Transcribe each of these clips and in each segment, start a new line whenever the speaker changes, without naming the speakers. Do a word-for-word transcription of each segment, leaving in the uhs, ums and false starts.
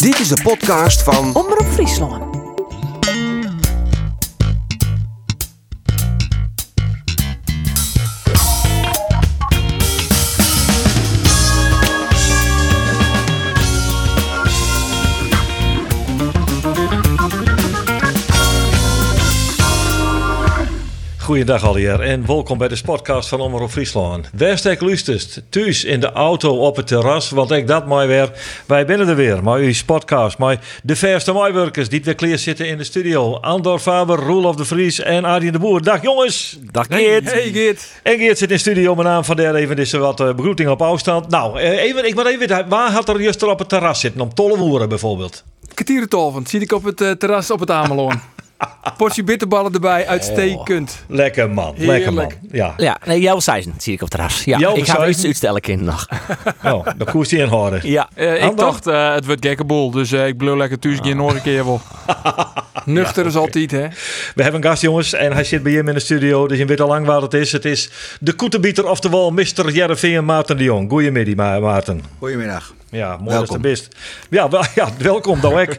Dit is de podcast van
Omroep Friesland.
Goeiedag alweer en welkom bij de podcast van Omroep Friesland. Werstek luistert, thuis in de auto op het terras, want ik dat mooi weer. Wij binnen er weer, maar uw podcast, maar de verste mooiwerkers die weer klaar zitten in de studio. Andor Faber, Roelof de Vries en Arjen de Boer. Dag jongens!
Dag Geert!
Hey Geert!
En Geert zit in de studio, mijn naam van der even is er wat uh, begroeting op afstand. Nou, even, ik moet even weten, waar had er juist er op het terras zitten? Om tollewoeren bijvoorbeeld?
Kwartierentolvend zie ik op het uh, terras op het Ameloon. Portie bitterballen erbij, uitstekend.
Oh, lekker man,
Heerlijk.
lekker man. Ja,
Ja, nee, jouw seizen zie ik op het terras. Ja,
Jouw
ik ga
seizen?
iets uitstellen kind nog.
oh, dan koest hij inhouden.
Ja.
Uh, ik
Andor?
dacht, uh, het wordt gekke boel, dus uh, ik blul lekker thuis geen nog een keer wel. Nuchter is altijd, hè?
We hebben een gast, jongens, en hij zit bij hem in de studio, dus je weet al lang waar het is. Het is de koetenbieter, oftewel mister Jereveen Maarten de Jong. Goeiemiddag, Ma- Maarten.
Goedemiddag.
Ja, mooi
Welkom.
dat je er bent. Ja, wel, ja, welkom, dan ik.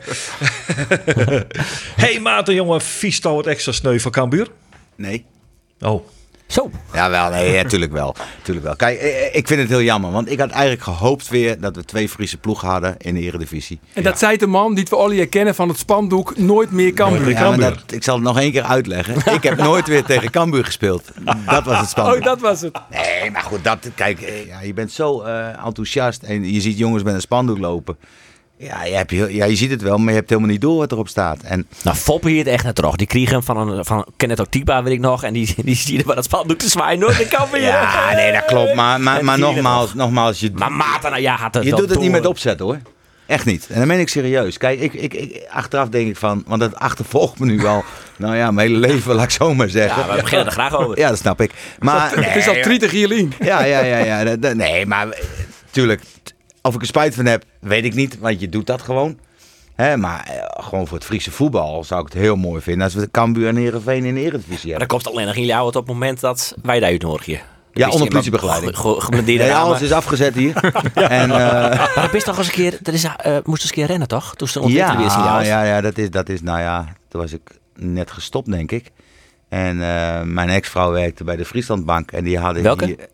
Hey Maarten, jongen, vies touw het extra sneu van Cambuur?
Nee.
Oh,
Zo.
Ja, wel, nee, natuurlijk wel. Tuurlijk wel. Kijk, eh, ik vind het heel jammer, want ik had eigenlijk gehoopt weer dat we twee Friese ploegen hadden in de Eredivisie.
En dat zei de man die we alle herkennen van het spandoek nooit meer Cambuur.
Nooit meer.
Ja, maar
Cambuur.
dat, ik zal het nog één keer uitleggen. Ik heb nooit weer tegen Cambuur gespeeld. Dat was het spannend.
Oh, dat was het.
Nee, maar goed, dat, kijk, eh, ja, je bent zo eh, enthousiast en je ziet jongens met een spandoek lopen. Ja je, hebt, heel- ja, je ziet het wel, maar je hebt helemaal niet door wat erop staat. En
Nou, Foppe hier het echt net terug. Die kreeg hem van een van Kenneth Octiba, weet ik nog. En die, die zie je bij dat spandoek te zwaaien. Nooit de kamp weer.
ja, nee, dat klopt. Maar, maar, maar nogmaals, nogmaals, je,
Maar Maarten, nou ja, had het
Je
wel
doet het niet
door.
met opzet hoor. Echt niet. En dan ben ik serieus. Kijk, ik, ik, ik, achteraf denk ik van... Want dat achtervolgt me nu al... Nou ja, mijn hele leven, laat ik zo maar zeggen.
Ja, we beginnen er graag over.
Ja, dat snap ik. Maar,
Het is al
nee,
triedig hierlien.
Ja, ja, ja. ja dat- dat- nee, maar eh, tuurlijk... Of ik er spijt van heb, weet ik niet. Want je doet dat gewoon. Hè, maar eh, gewoon voor het Friese voetbal zou ik het heel mooi vinden... als we Cambuur en Heerenveen in de Eredivisie
Maar
hebben.
dan komt alleen nog in jou het op het moment dat wij daar uitnodigen.
Ja, onder politiebegeleiding.
Ge- ge- Geblindeerde
Nee,
ramen.
alles is afgezet hier. En, eh,
Maar dat is toch eens een keer... Er is, uh, moest eens een keer rennen, toch? Toen ze ontwikkelen weer
Ja,
signaal.
ja, ja, dat is, dat is, nou ja, toen was ik net gestopt, denk ik. En eh, mijn ex-vrouw werkte bij de Frieslandbank en die hadden
Welke?
hier...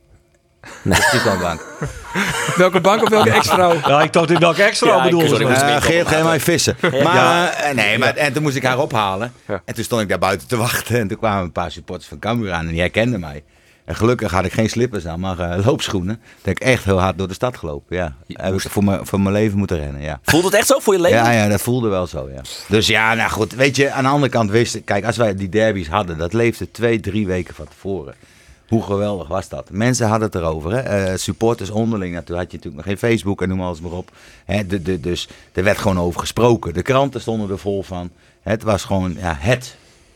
De Frieslandbank.
Welke bank of welke ex-vrouw?
ja, ik dacht in welke extra
Ja, ik-
bedoelde
sorry,
ze.
maar-
Eh, Geert, ga je mij vissen. Maar,
Ja.
eh, nee, maar en toen moest ik haar ophalen. En toen stond ik daar buiten te wachten. En toen kwamen een paar supporters van Cambuur aan en die herkenden mij. En gelukkig had ik geen slippers aan, maar eh, loopschoenen. Toen heb ik echt heel hard door de stad gelopen. Ja, heb ik voor, mijn- voor mijn leven moeten rennen, ja.
Voelt het echt zo voor je leven?
Ja, ja, dat voelde wel zo, ja. Dus ja, nou goed, weet je, aan de andere kant wisten... Kijk, als wij die derbies hadden, dat leefde twee, drie weken van tevoren. Hoe geweldig was dat? Mensen hadden het erover, hè. Eh, supporters onderling, nou, toen had je natuurlijk nog geen Facebook en noem alles maar op. Hè, de, de, dus er werd gewoon over gesproken. De kranten stonden er vol van. Het was gewoon, ja, het...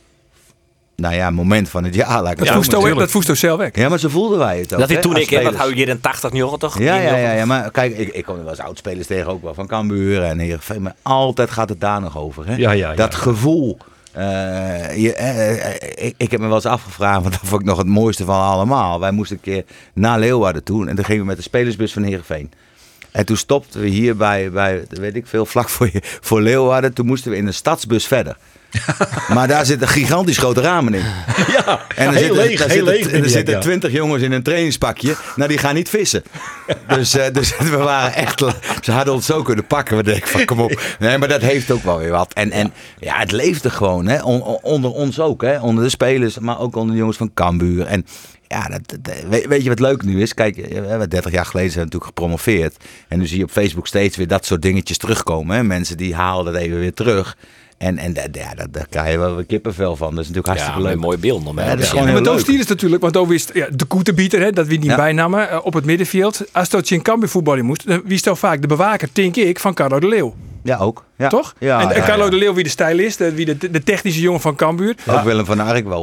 Nou ja, moment van het jaar, laat ik het
Dat
zo
voest
maar
ook-
zeggen.
dat voest ook zelf weg.
Ja, maar zo voelden wij het ook.
Dat is
hè,
toen
als
ik, hè, wat
spelers.
hou je hier in tachtig, negentig?
Ja, ja, ja, ja, maar kijk, ik, ik kom er wel eens oudspelers tegen, ook wel van Cambuur en Heerenveen, maar altijd gaat het daar nog over. Hè?
Ja, ja, ja.
Dat gevoel. eh, je, eh, eh, ik, ik heb me wel eens afgevraagd, want dat vond ik nog het mooiste van allemaal. Wij moesten een keer naar Leeuwarden toe en toen gingen we met de spelersbus van Heerenveen. En toen stopten we hier bij, bij weet ik veel, vlak voor, je, voor Leeuwarden. Toen moesten we in een stadsbus verder. Maar daar zitten gigantisch grote ramen in.
Ja,
En er
heel
zitten,
leeg,
daar
heel
zitten,
leeg.
en
vind
er
ik,
zitten
ja.
twintig jongens in een trainingspakje. Nou, die gaan niet vissen. Dus, eh, dus we waren echt... Ze hadden ons zo kunnen pakken. We denken van, kom op. Nee, maar dat heeft ook wel weer wat. En, en ja, het leefde gewoon. Hè. On- on- onder ons ook. Hè. Onder de spelers, maar ook onder de jongens van Cambuur. En ja, dat, dat- weet, weet je wat leuk nu is? Kijk, we hebben dertig jaar geleden zijn we natuurlijk gepromoveerd. En nu zie je op Facebook steeds weer dat soort dingetjes terugkomen. Hè. Mensen die halen dat even weer terug. En, en da- ja, daar, daar krijg je wel weer kippenvel van. Dat is natuurlijk hartstikke
Ja,
leuk.
een mooi beeld nog.
Ja, dat is
Ja,
gewoon
Maar
heel
dat
leuk.
stier is natuurlijk, want dan wist ja, de koetenbieter, hè, dat wie niet
Ja.
bijnamen uh, op het middenveld. Als dat je in Cambuur voetballen moest, dan wie is dan vaak de bewaker, denk ik, van Carlo de Leeuw.
Ja, ook. Ja.
Toch?
Ja,
en en
ja,
Carlo
ja.
de Leeuw wie de stylist, eh, wie de, de technische jongen van Cambuur.
Ook Willem van Ark wel hoor.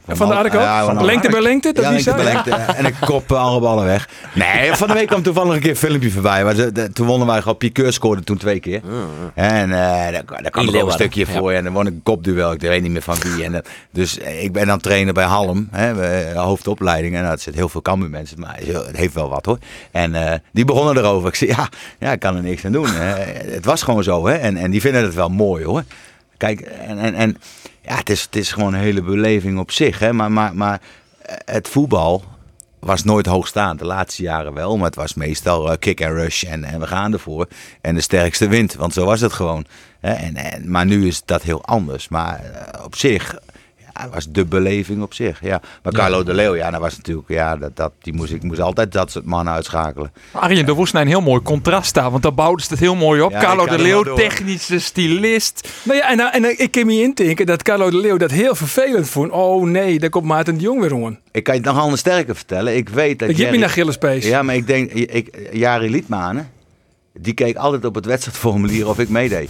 Van de Arco?
Ja, van de
lengte bij lengte? Dat
Ja,
die
lengte
zei?
bij lengte. En ik kop alle ballen weg. Nee, van de week kwam toevallig een keer een filmpje voorbij. Maar ze, de, toen wonnen wij gewoon. Piqueur scoorde toen twee keer. En uh, daar, daar kwam
In
ik ook een stukje
ja.
voor. En dan won ik een kopduel. Ik weet niet meer van wie. En, uh, dus uh, ik ben dan trainer bij Halm. Hè, uh, hoofdopleiding. En dat zit heel veel Cambuur mensen. Maar het heeft wel wat hoor. En uh, die begonnen erover. Ik zei ja, ja, ik kan er niks aan doen. Uh, het was gewoon zo. Hè. En, en die vinden het wel mooi hoor. Kijk, en... en, en ja, het is, het is gewoon een hele beleving op zich. Hè? Maar, maar, maar het voetbal was nooit hoogstaand. De laatste jaren wel. Maar het was meestal uh, kick and rush. En, en we gaan ervoor. En de sterkste wint. Want zo was het gewoon. Hè? En, en, maar nu is dat heel anders. Maar uh, op zich... Ja, was de beleving op zich. Ja. Maar Carlo ja. de Leeuw, ja, dat was natuurlijk, ja, dat, dat, die moest, ik moest altijd dat soort mannen uitschakelen.
Arjen, er was een heel mooi contrast daar, want daar bouwden ze het heel mooi op.
Ja,
Carlo de Leeuw,
technisch
technische stylist. Nou ja, en, en ik kan me intinken dat Carlo de Leeuw dat heel vervelend vond. Oh nee, daar komt Maarten de Jong weer om.
Ik kan je het nog anders sterker vertellen. Ik weet dat
je hebt me naar Gillespees.
Ja, maar ik denk, ik, Jari Liedmanen, die keek altijd op het wedstrijdformulier of ik meedeed.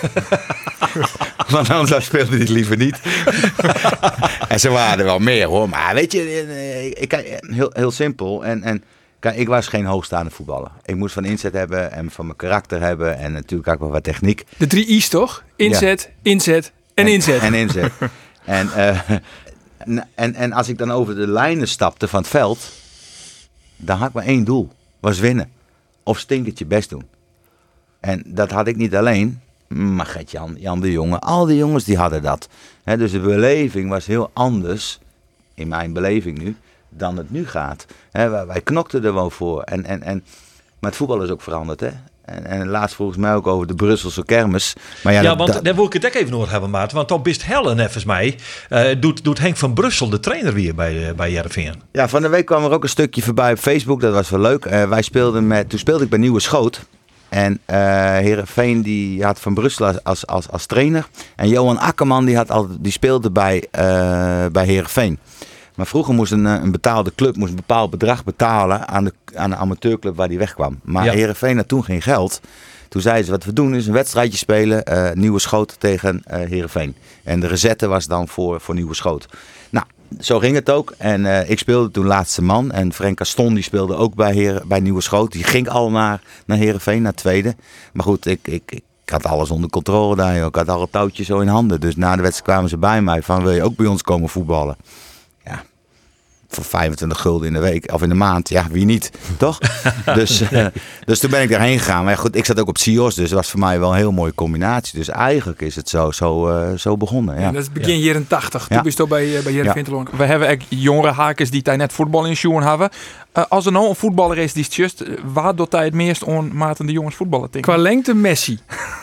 Want anders speelde hij het liever niet. En ze waren er wel meer hoor. Maar weet je, ik, heel, heel simpel. En, en kijk, ik was geen hoogstaande voetballer. Ik moest van inzet hebben en van mijn karakter hebben. En natuurlijk ook wel wat techniek.
De drie I's toch? Inzet, ja. inzet en, en inzet.
En inzet. en, uh, en, en als ik dan over de lijnen stapte van het veld. Dan had ik maar één doel. Was winnen. Of stinkend je best doen. En dat had ik niet alleen. Maar Gert-Jan, Jan de Jonge, al die jongens die hadden dat. He, dus de beleving was heel anders, in mijn beleving nu, dan het nu gaat. He, wij, wij knokten er wel voor. En, en, en, maar het voetbal is ook veranderd. Hè? En, en laatst volgens mij ook over de Brusselse kermis. Maar ja,
ja
dat,
want
dat,
daar wil ik het ook even over hebben, Maarten. Want dan bist Hellen, volgens mij, uh, doet, doet Henk van Brussel, de trainer, weer bij, uh, bij Heerenveen.
Ja, van de week kwam er ook een stukje voorbij op Facebook. Dat was wel leuk. Uh, wij speelden met, toen speelde ik bij Nieuwe Schoot. En uh, Heerenveen die had Van Brussel als, als, als, als trainer. En Johan Akkerman die, had al, die speelde bij, uh, bij Heerenveen. Maar vroeger moest een, een betaalde club moest een bepaald bedrag betalen aan de, aan de amateurclub waar die wegkwam. Maar ja. Heerenveen had toen geen geld. Toen zeiden ze wat we doen is een wedstrijdje spelen. Uh, Nieuwe Schoot tegen uh, Heerenveen. En de recette was dan voor, voor Nieuwe Schoot. Nou, zo ging het ook. En uh, ik speelde toen laatste man. En Frank Caston die speelde ook bij, Heer, bij Nieuwe Schoot. Die ging al naar, naar Heerenveen, naar tweede. Maar goed, ik, ik, ik had alles onder controle daar. Joh. Ik had alle touwtjes zo in handen. Dus na de wedstrijd kwamen ze bij mij van wil je ook bij ons komen voetballen? Ja. Voor vijfentwintig gulden in de week of in de maand. Ja, wie niet, toch? dus, uh, dus toen ben ik daarheen gegaan. Maar ja, goed, ik zat ook op S I O S, dus dat was voor mij wel een heel mooie combinatie. Dus eigenlijk is het zo, zo, uh, zo begonnen. Ja.
En dat is begin ja. jaren tachtig. Toen
ja.
ben je toch bij, uh, bij Heerenveen te lonken. We hebben echt jongere hakers die daar net voetbal in schoen hebben. Uh, als er nou een voetballer is die just, waar doet hij het meest aan Maarten de Jongens voetballen? Denk qua lengte Messi.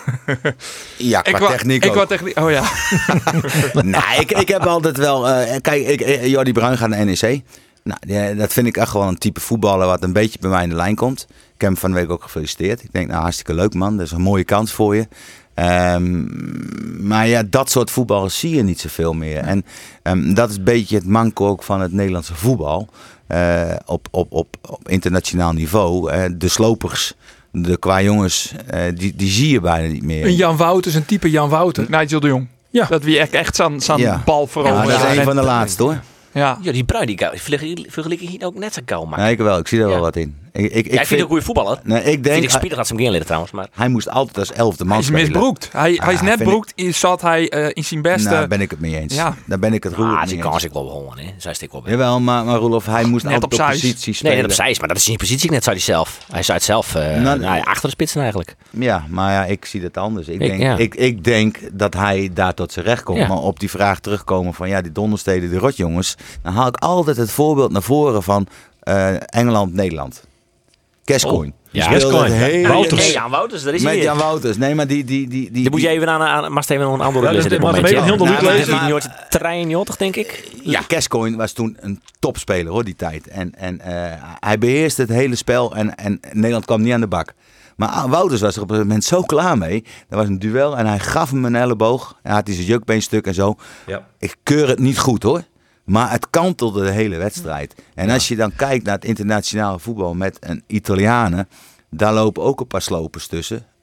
Ja, qua ik techniek
ik
ook.
Qua techniek, oh ja.
nou, ik, ik heb altijd wel... Uh, kijk, ik, Jordi Bruin gaat naar N E C. Nou, ja, dat vind ik echt gewoon een type voetballer wat een beetje bij mij in de lijn komt. Ik heb hem van de week ook gefeliciteerd. Ik denk, nou hartstikke leuk man. Dat is een mooie kans voor je. Um, maar ja, dat soort voetballers zie je niet zoveel meer. En um, dat is een beetje het manco ook van het Nederlandse voetbal. Uh, op, op, op, op internationaal niveau. Uh, de slopers, de qua jongens, uh, die, die zie je bijna niet meer.
Een Jan Wouters, een type Jan Wouters.
Nigel de Jong.
Ja.
Dat wie echt, echt zo'n zo'n
ja.
bal veroveren.
Ja, dat is een van de laatste hoor.
Ja. ja, die Bruin, die vergelijk ik hier ook net zo gauw maken.
Nee, ik wel. Ik zie daar ja. wel wat in. Ik, ik,
ja, ik
ik
vind
vind
een goede voetballer.
Nee, ik denk...
Ik speler had ze hem geen leren trouwens, maar...
Hij moest altijd als elfde man
Hij is
spelen.
misbroekt. Hij,
ah,
hij is net broekt, ik... zat hij uh, in zijn beste...
Nou, daar ben ik het mee eens. Ja. Daar ben ik het roer
ah,
mee
die
eens.
kans ik wel behouden, hè. Zij steekt wel bij.
Jawel, maar, maar Roelof, hij moest
net
altijd
op,
op
op
positie spelen.
Nee, net op zijs, maar dat is zijn positie net, zei hij zelf. Hij zei het zelf, uh, nou, nou ja, achter de spitsen eigenlijk.
Ja, maar ja, ik zie het anders. Ik,
ik,
denk,
ja.
ik, ik denk dat hij daar tot zijn recht komt. Ja. Maar op die vraag terugkomen van ja, die dondersteden, die rotjongens. Dan haal ik altijd het voorbeeld naar voren van uh, Engeland-Nederland. Gascoigne.
Oh. Ja,
Gascoigne.
Hele...
Wouters. Nee, Jan Wouters, dat is
Met
hier.
Jan Wouters. Nee, maar die... die, die, die
Dan moet je even aan, aan maar even een andere
ja,
lezen dit
maar
moment.
heel de
nou,
lezen.
maar,
Die trein jotig, denk ik.
Ja, Gascoigne was toen een topspeler hoor, die tijd. En, en uh, hij beheerste het hele spel en, en Nederland kwam niet aan de bak. Maar Wouters was er op een moment zo klaar mee. Er was een duel en hij gaf hem een elleboog. Hij had hij zijn jukbeenstuk en zo.
Ja.
Ik keur het niet goed hoor. Maar het kantelde de hele wedstrijd. En ja. als je dan kijkt naar het internationale voetbal met een Italianen. Daar lopen ook een paar slopers tussen.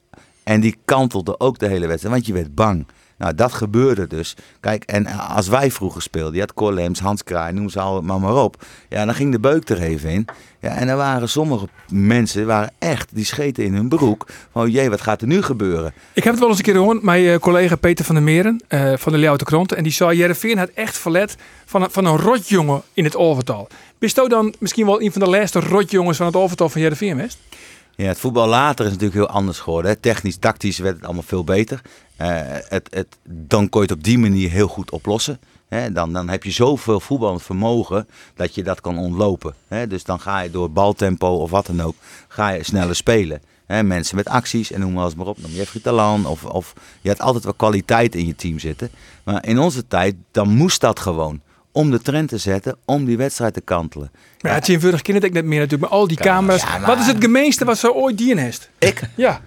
En die kantelde ook de hele wedstrijd, want je werd bang. Nou, dat gebeurde dus. Kijk, en als wij vroeger speelden, je had Cor Leems, Hans Kraai, noem ze allemaal maar op. Ja, dan ging de beuk er even in. Ja, en er waren sommige mensen, waren echt, die scheten in hun broek. Van, jee, wat gaat er nu gebeuren?
Ik heb het wel eens een keer gehoord, mijn uh, collega Peter van der Meren uh, van de Leeuwarden Krant. En die zei, Heerenveen had echt verlet van een, van een rotjongen in het overtal. Bist u dan misschien wel een van de laatste rotjongens van het overtal van Heerenveen geweest?
Ja, het voetbal later is natuurlijk heel anders geworden. Hè. Technisch, tactisch werd het allemaal veel beter. Uh, het, het, dan kon je het op die manier heel goed oplossen. Hè. Dan, dan heb je zoveel voetballend vermogen dat je dat kan ontlopen. Hè. Dus dan ga je door baltempo of wat dan ook, ga je sneller spelen. Hè. Mensen met acties en noem maar eens maar op. Noem Jeffrey Talan of, of je had altijd wel kwaliteit in je team zitten. Maar in onze tijd, dan moest dat gewoon. Om de trend te zetten, om die wedstrijd te kantelen.
Maar ja, het eenvoudig kind ik net meer natuurlijk. Maar al die camera's. Ja, maar... Wat is het gemeenste wat ze ooit dien heeft?
Ik?
Ja.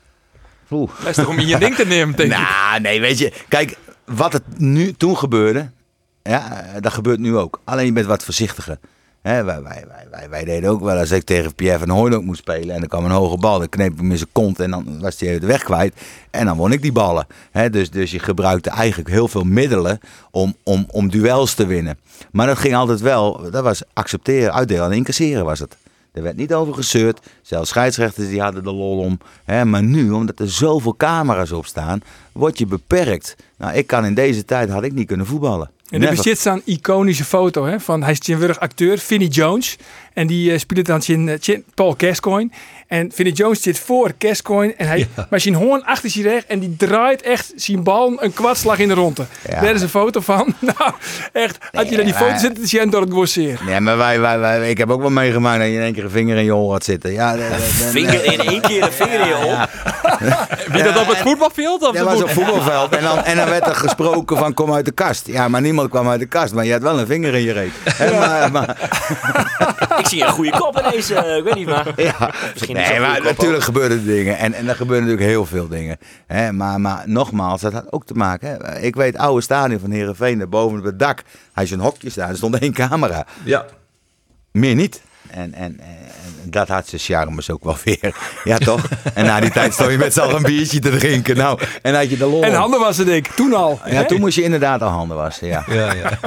Oeh.
Dat is toch om in je ding te nemen, denk ik.
Nou, nee, weet je. Kijk, wat het nu toen gebeurde, ja, dat gebeurt nu ook. Alleen je bent wat voorzichtiger. Hè, wij, wij, wij, wij, wij deden ook wel als ik tegen Pierre van Hooijdonk moest spelen. En er kwam een hoge bal. Dan kneep ik hem in zijn kont en dan was hij even de weg kwijt. En dan won ik die ballen. Hè, dus, dus je gebruikte eigenlijk heel veel middelen om, om, om duels te winnen. Maar dat ging altijd wel. Dat was accepteren, uitdelen en incasseren was het. Er werd niet over gezeurd. Zelfs scheidsrechters die hadden de lol om. Hè, maar nu, omdat er zoveel camera's op staan, word je beperkt. Nou, ik kan in deze tijd had ik niet kunnen voetballen.
En er bezit zo'n iconische foto hè, van hij is tegenwoordig acteur, Vinnie Jones. En die uh, speelt dan zijn uh, Paul Gascoigne. En Vinnie Jones zit voor Gascoigne. En hij ja. maar zijn hoorn achter zich recht. En die draait echt zijn bal een kwartslag in de ronde. Ja. Daar is een foto van. Nou, echt. Als nee, je naar die foto zit, is je door het worseer.
Nee, maar wij, wij, wij, ik heb ook wel meegemaakt dat je in één keer een vinger in je oor had zitten. Ja, de, de, de,
vinger in één keer een vinger in je oor? Ja.
Wie dat op het voetbalveld? Of
dat was op het voetbalveld. En dan, en dan werd er gesproken van kom uit de kast. Ja, maar niemand kwam uit de kast. Maar je had wel een vinger in je reet. Ja. Maar, maar...
Ik zie een goede kop ineens. Uh, ik weet niet, maar...
Ja. Misschien nee, maar natuurlijk gebeuren dingen. En, en er gebeuren natuurlijk heel veel dingen. Hè, maar, maar nogmaals, dat had ook te maken. Hè. Ik weet, het oude stadion van Heerenveen, boven op het dak. Hij is een hokje staan, er stond één camera.
Ja.
Meer niet. En, en, en dat had zijn charmes ook wel weer. Ja, toch? En na die tijd stond je met z'n allen een biertje te drinken. Nou, en had je de lol.
En handen wassen, denk ik. Toen al.
Ja, toen moest je inderdaad al handen wassen, ja.
Ja, ja.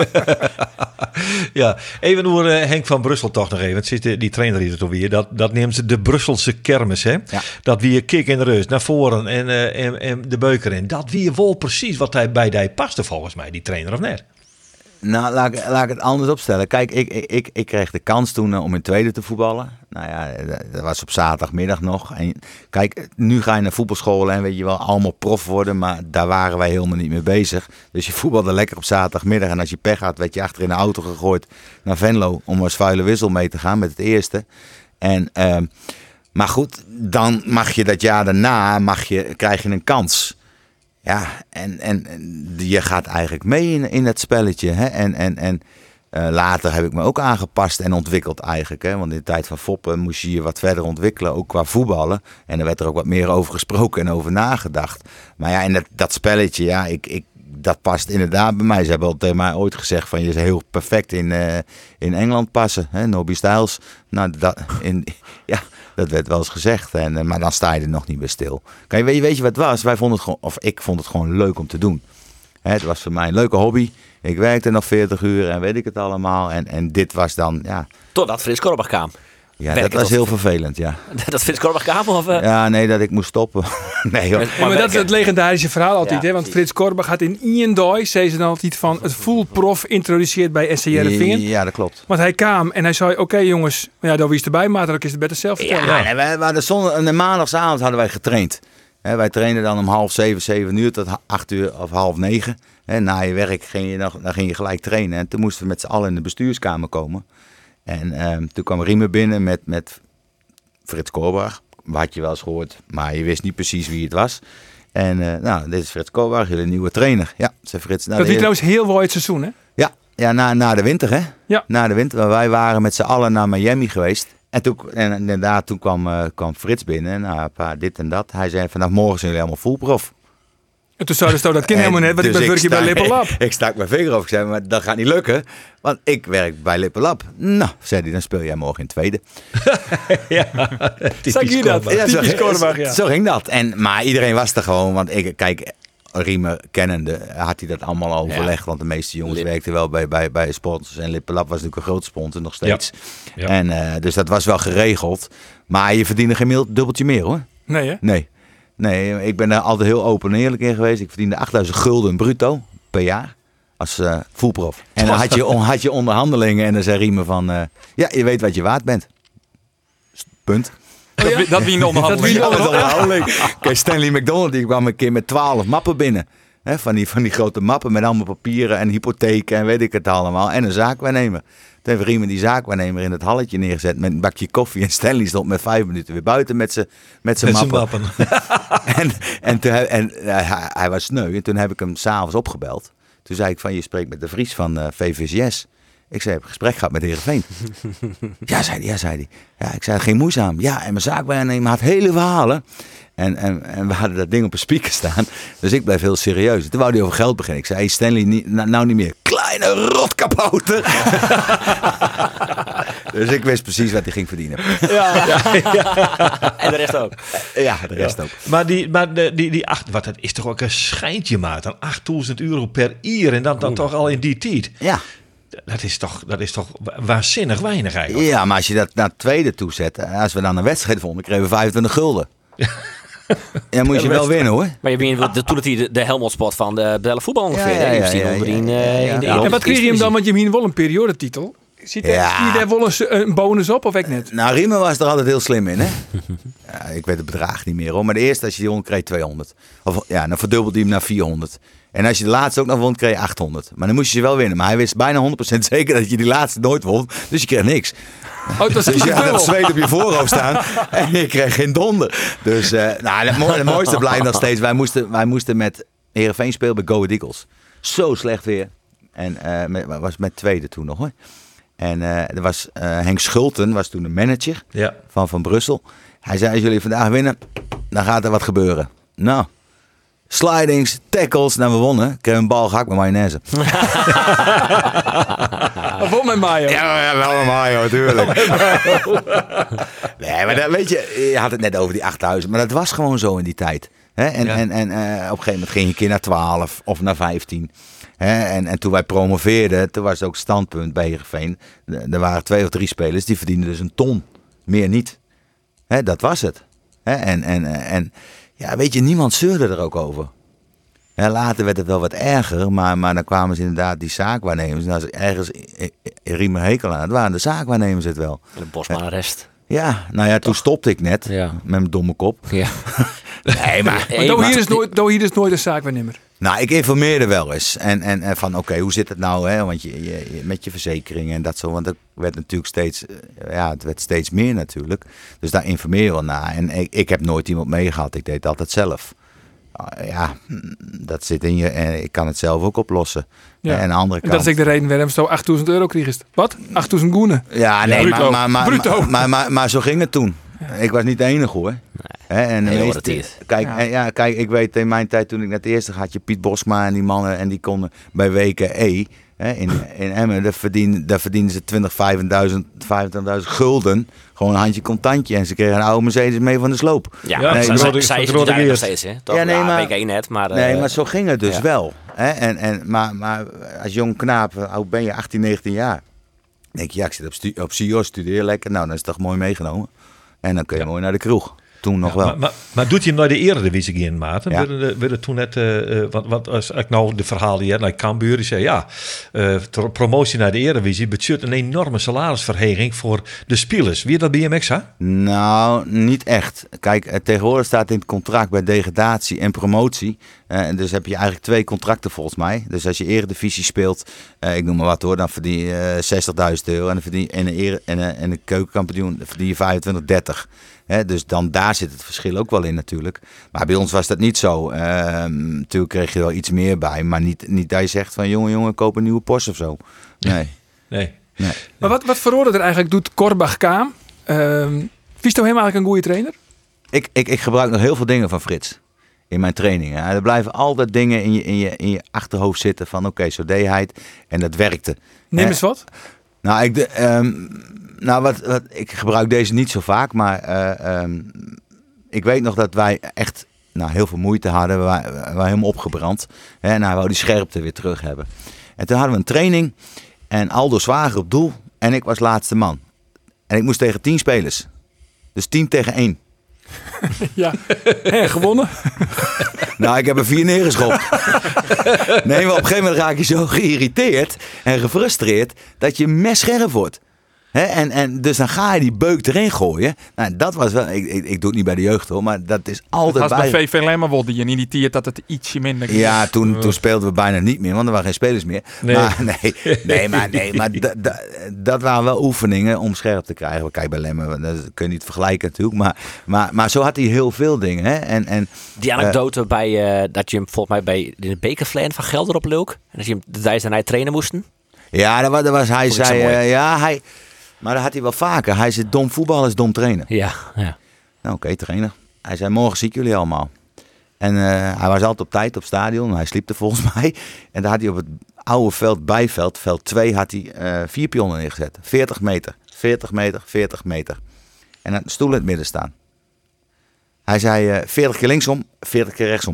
Ja, even over uh, Henk van Brussel toch nog even. Het zit, die trainer hier toch weer. Dat, dat neemt ze de Brusselse kermis, hè? Ja. Dat wie je kick in de rust naar voren en, uh, en, en de beuker in. Dat wie je wel precies wat hij bij die paste volgens mij, die trainer, of net?
Nou, laat ik, laat ik het anders opstellen. Kijk, ik, ik, ik kreeg de kans toen uh, om in tweede te voetballen. Nou ja, dat was op zaterdagmiddag nog. En kijk, nu ga je naar voetbalscholen en weet je wel, allemaal prof worden. Maar daar waren wij helemaal niet mee bezig. Dus je voetbalde lekker op zaterdagmiddag. En als je pech had, werd je achter in de auto gegooid naar Venlo om als vuile wissel mee te gaan met het eerste. En, uh, maar goed, dan mag je dat jaar daarna, mag je, krijg je een kans. Ja, en, en, en je gaat eigenlijk mee in, in het spelletje. Hè? En, en, en uh, later heb ik me ook aangepast en ontwikkeld eigenlijk. Hè? Want in de tijd van Foppen moest je je wat verder ontwikkelen, ook qua voetballen. En er werd er ook wat meer over gesproken en over nagedacht. Maar ja, en dat, dat spelletje, ja, ik, ik, dat past inderdaad bij mij. Ze hebben al tegen mij ooit gezegd van je is heel perfect in, uh, in Engeland passen. Hè? Nobby Styles. Nou, dat, in, ja... Dat werd wel eens gezegd, en, maar dan sta je er nog niet bij stil. Kan je, weet, je, weet je wat het was? Wij vonden het gewoon, of ik vond het gewoon leuk om te doen. Hè, het was voor mij een leuke hobby. Ik werkte nog veertig uur en weet ik het allemaal. En, en dit was dan, ja...
Totdat Frits Korbach kwam.
Ja, dat was heel vervelend, ja.
Dat Frits Korbach kwam? Of, uh...
Ja, nee, dat ik moest stoppen. nee, joh.
Maar, maar, maar dat is het legendarische verhaal altijd, ja, hè? Want Frits Korbach had in Ian Doy, zei ze dan altijd van het full prof introduceerd bij S C Heerenveen.
Ja, dat klopt.
Want hij kwam en hij zei, oké okay, jongens, ja, dan wie is erbij, maar dan is het beter zelf vertellen.
Ja, ja. Nee, wij, wij, de zondag, een maandagsavond hadden wij getraind. He, wij trainden dan om half zeven, zeven uur tot acht uur of half negen. He, na je werk ging je, nog, dan ging je gelijk trainen. En toen moesten we met z'n allen in de bestuurskamer komen. En uh, toen kwam Riemen binnen met, met Frits Korbach. Had je wel eens gehoord, maar je wist niet precies wie het was. En uh, nou, dit is Frits Korbach, jullie nieuwe trainer. Ja, zei Frits. Nou,
dat is trouwens heel mooi het seizoen, hè?
Ja, ja na, na de winter, hè?
Ja.
Na de winter. Wij waren met z'n allen naar Miami geweest. En, toen, en inderdaad, toen kwam, uh, kwam Frits binnen. Nou, pa, dit en dat. Hij zei, vanaf morgen zijn jullie allemaal full prof.
En toen zouden ze dat kind
En
helemaal net, want ik
dus
ben werk je bij
sta-
Lippelab.
Ik stak mijn vinger over. Ik zei, maar dat gaat niet lukken. Want ik werk bij Lippelab. Nou, zei hij, dan speel jij morgen in tweede.
ja,
Zag je dat?
Korbach.
Ja, zo,
Typisch Korbach, ja.
zo ging dat. En, maar iedereen was er gewoon. Want ik, kijk, Riemer kennende had hij dat allemaal overlegd.
Ja.
Want de meeste jongens
Lip.
werkten wel bij, bij, bij sponsors. En Lippelab was natuurlijk een groot sponsor nog steeds.
Ja.
En, uh, dus dat was wel geregeld. Maar je verdiende geen mil- dubbeltje meer hoor.
Nee, hè?
Nee. Nee, ik ben daar altijd heel open en eerlijk in geweest. Ik verdiende achtduizend gulden bruto per jaar. Als uh, voetprof. En dan had je, on, had je onderhandelingen en dan zei Riemer van... Uh, ja, je weet wat je waard bent. Punt.
Oh, ja?
Dat, dat wie in de onderhandeling.
Dat wie in de
Ja, dat is onderhandeling. Kijk, Stanley McDonald die kwam een keer met twaalf mappen binnen. He, van, die, van die grote mappen met allemaal papieren en hypotheken en weet ik het allemaal. En een zaakwaarnemer. Toen heeft Riemer die zaakwaarnemer in het halletje neergezet met een bakje koffie. En Stanley stond met vijf minuten weer buiten met zijn met
Met zijn
mappen.
mappen.
en en, toen, hij- en uh, hij, hij was sneu. En toen heb ik hem s'avonds opgebeld. Toen zei ik van, je spreekt met de Vries van uh, V V C S. Ik zei, ik heb een gesprek gehad met Heerenveen. ja, zei hij. Ja, zei hij. Ja, ik zei, geen moeizaam. Ja, en mijn zaakwaarnemer had hele verhalen. En, en, en we hadden dat ding op een speaker staan. Dus ik bleef heel serieus. Toen wou hij over geld beginnen. Ik zei, hey Stanley, niet, nou, nou niet meer. Kleine rotkapouter. Dus ik wist precies wat hij ging verdienen.
Ja. En de rest ook.
Ja, de rest
Ja.
ook.
Maar die, maar de, die, die acht, wat, dat is toch ook een schijntje, maat. Dan achtduizend euro per uur en dan, dan toch al in die tijd.
Ja.
Dat is toch, dat is toch waanzinnig weinig eigenlijk.
Ja, maar als je dat naar het tweede toe zet. Als we dan een wedstrijd vonden, kregen we vijfentwintig gulden. Ja, moet je wel winnen hoor.
Maar je bent de, toen het hier de, de Helmond-spot van de Bellen voetbal ongeveer.
Ja,
hè?
ja,
Die
ja,
was die
ja,
onderin
ja, ja,
eh,
ja.
in de
Ja.
eerste
En wat kreeg je hem dan?
divisie.
Want je hem wel een periodetitel. Zit er,
Ja.
zie je daar wel eens een bonus op of ik net?
Nou, Riemer was er altijd heel slim in, hè? Ja, ik weet het bedrag niet meer hoor. Maar de eerste, als je die won, kreeg je tweehonderd. Of ja, dan verdubbelde hij hem naar vierhonderd. En als je de laatste ook nog won, kreeg je achthonderd. Maar dan moest je ze wel winnen. Maar hij wist bijna honderd procent zeker dat je die laatste nooit won. Dus je kreeg niks.
Oh, dat was
Dus je had
dubbel.
het zweet op je voorhoofd staan en je kreeg geen donder. Dus uh, nou, het, mo- het mooiste blijft nog steeds. Wij moesten, wij moesten met Heerenveen spelen bij Go Ahead Eagles. Zo slecht weer. En uh, met, was met tweede toen nog hoor. En uh, er was uh, Henk Schulten, was toen de manager
Ja.
van Van Brussel. Hij zei, als jullie vandaag winnen, dan gaat er wat gebeuren. Nou, slidings, tackles, nou we wonnen. Ik kreeg een bal gehakt met mayonaise.
Vol met Mayo.
Ja, ja, wel een Mayo, natuurlijk. Nee, maar dat, weet je, je had het net over die achtduizend. Maar dat was gewoon zo in die tijd. Hè? En,
Ja.
en, en uh, op een gegeven moment ging je een keer naar twaalf of naar vijftien. Hè? En, en toen wij promoveerden, toen was het ook standpunt bij Heerenveen. Er waren twee of drie spelers die verdienden dus een ton. Meer niet. Hè? Dat was het. Hè? En, en, en ja, weet je, niemand zeurde er ook over. Ja, later werd het wel wat erger, maar, maar dan kwamen ze inderdaad die zaakwaarnemers. En als er ergens Riemer hekel aan, het waren de zaakwaarnemers het wel.
De Bosman-arrest.
Ja, nou ja, toen stopte ik net
Ja.
met mijn domme kop.
Ja.
Nee, maar...
Maar Doe hier is nooit, doe hier is nooit een zaakwaarnemer.
Nou, ik informeerde wel eens. En, en, en van, oké, hoe zit het nou? Hè? Want je, je, je- met je verzekeringen en dat zo. Want het werd natuurlijk steeds, eh, ja, het werd steeds meer natuurlijk. Dus daar informeer je wel naar. En ik, ik heb nooit iemand meegehad. Ik deed het altijd zelf. Ah, ja, mm, dat zit in je. En ik kan het zelf ook oplossen.
Ja.
En aan de andere
En
kant...
dat is ook de reden waarom ze zo achtduizend euro kregen. Wat? achtduizend goenen.
Ja, nee,
Bruto.
maar, maar, maar,
Bruto.
maar, maar, maar, maar zo ging het toen. Ik was niet de enige hoor. Hè, en de
Heel
meeste-
wat het is.
kijk,
Ja.
en ja, kijk, ik weet in mijn tijd toen ik net eerste had je Piet Bosma en die mannen en die konden bij W K E hè, in, in Emmen, daar verdienden, daar verdienden ze twintig, vijfentwintigduizend, vijfentwintigduizend gulden. Gewoon een handje contantje en ze kregen een oude Mercedes mee van de sloop.
Ja,
Ja,
nee,
van
zij,
Groningen-
zij
van
is het
Groningen
nog
eerst.
steeds, hè? Toch?
Ja, nee,
Ja,
maar-
W K net, maar...
Nee,
eh,
maar zo ging het dus
ja.
wel. Hè? En, en, maar, maar als jong knaap, hoe ben je, achttien, negentien jaar? Denk je, ja, ik zit op, stu op C I O, studeer lekker. Nou, dan is het toch mooi meegenomen. En dan kun je mooi naar de kroeg. Toen nog
Ja,
wel.
Maar, maar, maar doet hij hem naar de Eredivisie in, Maarten?
Ja.
Werden, werden toen net, eh, eh, want, want als ik nou de verhalen hier naar Cambuur, die zei ja, eh, ter promotie naar de Eredivisie betekent een enorme salarisverhoging voor de spelers. Wie dat bij M X, hè?
Nou, niet echt. Kijk, eh, tegenwoordig staat in het contract bij degradatie en promotie. Eh, en dus heb je eigenlijk twee contracten volgens mij. Dus als je eredivisie speelt, eh, ik noem maar wat hoor, dan verdien je eh, zestigduizend euro. En dan verdien je en een, ere- en een, en een keukenkampioen dan verdien je vijfentwintig, dertig. Hè, dus dan daar zit het verschil ook wel in natuurlijk. Maar bij ons was dat niet zo. Ehm, natuurlijk kreeg je wel iets meer bij. Maar niet, niet dat je zegt van jongen, jongen, koop een nieuwe Porsche of zo. Nee.
Nee.
nee.
Maar wat, wat verhoorde er eigenlijk doet Korbach Kaam? Ehm Vies toch helemaal eigenlijk een goede trainer?
Ik, ik, ik gebruik nog heel veel dingen van Frits. in mijn trainingen. Er blijven altijd dingen in je, in je, in je achterhoofd zitten van oké, okay, zo deed hij het en dat werkte.
Neem eens wat.
Nou, ik, de, um, nou wat, wat, ik gebruik deze niet zo vaak, maar uh, um, ik weet nog dat wij echt nou, heel veel moeite hadden. We waren, we waren helemaal opgebrand. Hè, en hij wou die scherpte weer terug hebben. En toen hadden we een training en Aldo Zwager op doel en ik was laatste man. En ik moest tegen tien spelers. Dus tien tegen één.
Ja, en gewonnen.
Nou, ik heb er vier neergeschopt. Nee, maar op een gegeven moment raak je zo geïrriteerd en gefrustreerd dat je mes scherp wordt. He, en, en dus dan ga je die beuk erin gooien. Nou, dat was wel. Ik, ik, ik doe het niet bij de jeugd hoor, maar dat is altijd.
Het was bij V V alleen maar wel die je irriteert dat het ietsje minder ging.
Ja, toen, toen speelden we bijna niet meer, want er waren geen spelers meer.
Nee,
maar, nee, nee, maar, nee, maar d- d- dat waren wel oefeningen om scherp te krijgen. Kijk, bij Lemmer, dat kun je niet vergelijken natuurlijk. Maar, maar, maar zo had hij heel veel dingen. Hè? En, en,
Die anekdote uh, bij uh, dat je hem volgens mij bij de bekerflan van Gelder op leuk. En dat je hem de tijd daarna trainen moesten.
Ja, dat was, dat was hij
Vond ik
zei.
zo mooi.
Uh, ja, hij. Maar dat had hij wel vaker. Hij zei, dom voetbal is dom trainen.
Ja, ja.
Nou, oké, okay, trainer. Hij zei, morgen zie ik jullie allemaal. En uh, hij was altijd op tijd op het stadion. Hij sliep er volgens mij. En daar had hij op het oude veld, bijveld, veld twee, had hij uh, vier pionnen neergezet. veertig meter, veertig meter, veertig meter. En een stoel in het midden staan. Hij zei, uh, veertig keer linksom, veertig keer rechtsom.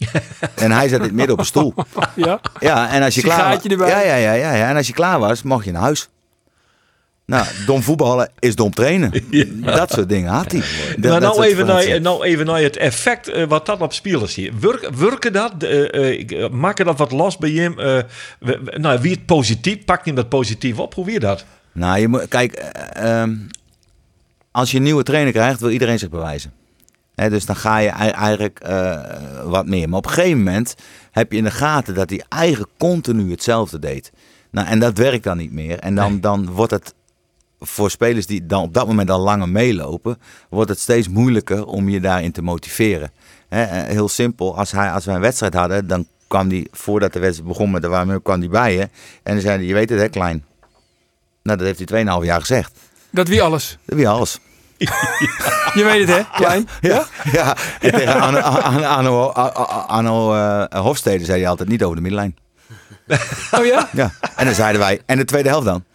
En hij zat in het midden op een stoel.
Ja,
Ja, en als je klaar was,
erbij.
ja, ja, ja, ja, ja. En als je klaar was, mocht je naar huis. Nou, dom voetballen is dom trainen. Ja. Dat soort dingen had hij. Dat,
maar
dat
nou, even
naar,
naar, nou even naar het effect uh, wat dat op spelers hier. Werk, werken dat? Uh, uh, maken dat wat los bij hem? Uh, we, we, nou, wie het positief? Pakt hij dat positief op? Hoe weer dat?
Nou, je moet, kijk, uh, um, als je een nieuwe trainer krijgt, wil iedereen zich bewijzen. He, dus dan ga je eigenlijk uh, wat meer. Maar op een gegeven moment heb je in de gaten dat hij eigenlijk continu hetzelfde deed. Nou, en dat werkt dan niet meer. En dan, nee. dan wordt het voor spelers die dan op dat moment al langer meelopen, wordt het steeds moeilijker om je daarin te motiveren. He, heel simpel, als, hij, als wij een wedstrijd hadden, dan kwam hij, voordat de wedstrijd begon met de warming-up, kwam hij bij je. En dan zei hij, je weet het hè, klein. Nou, dat heeft hij tweeënhalf jaar gezegd.
Dat wie alles?
Dat wie alles.
Je weet het, hè? Klein.
Ja, ja, ja. En tegen Arno, Arno, Arno, Arno uh, Hofstede zei hij altijd niet over de middenlijn.
Oh ja?
Ja. En dan zeiden wij, en de tweede helft dan?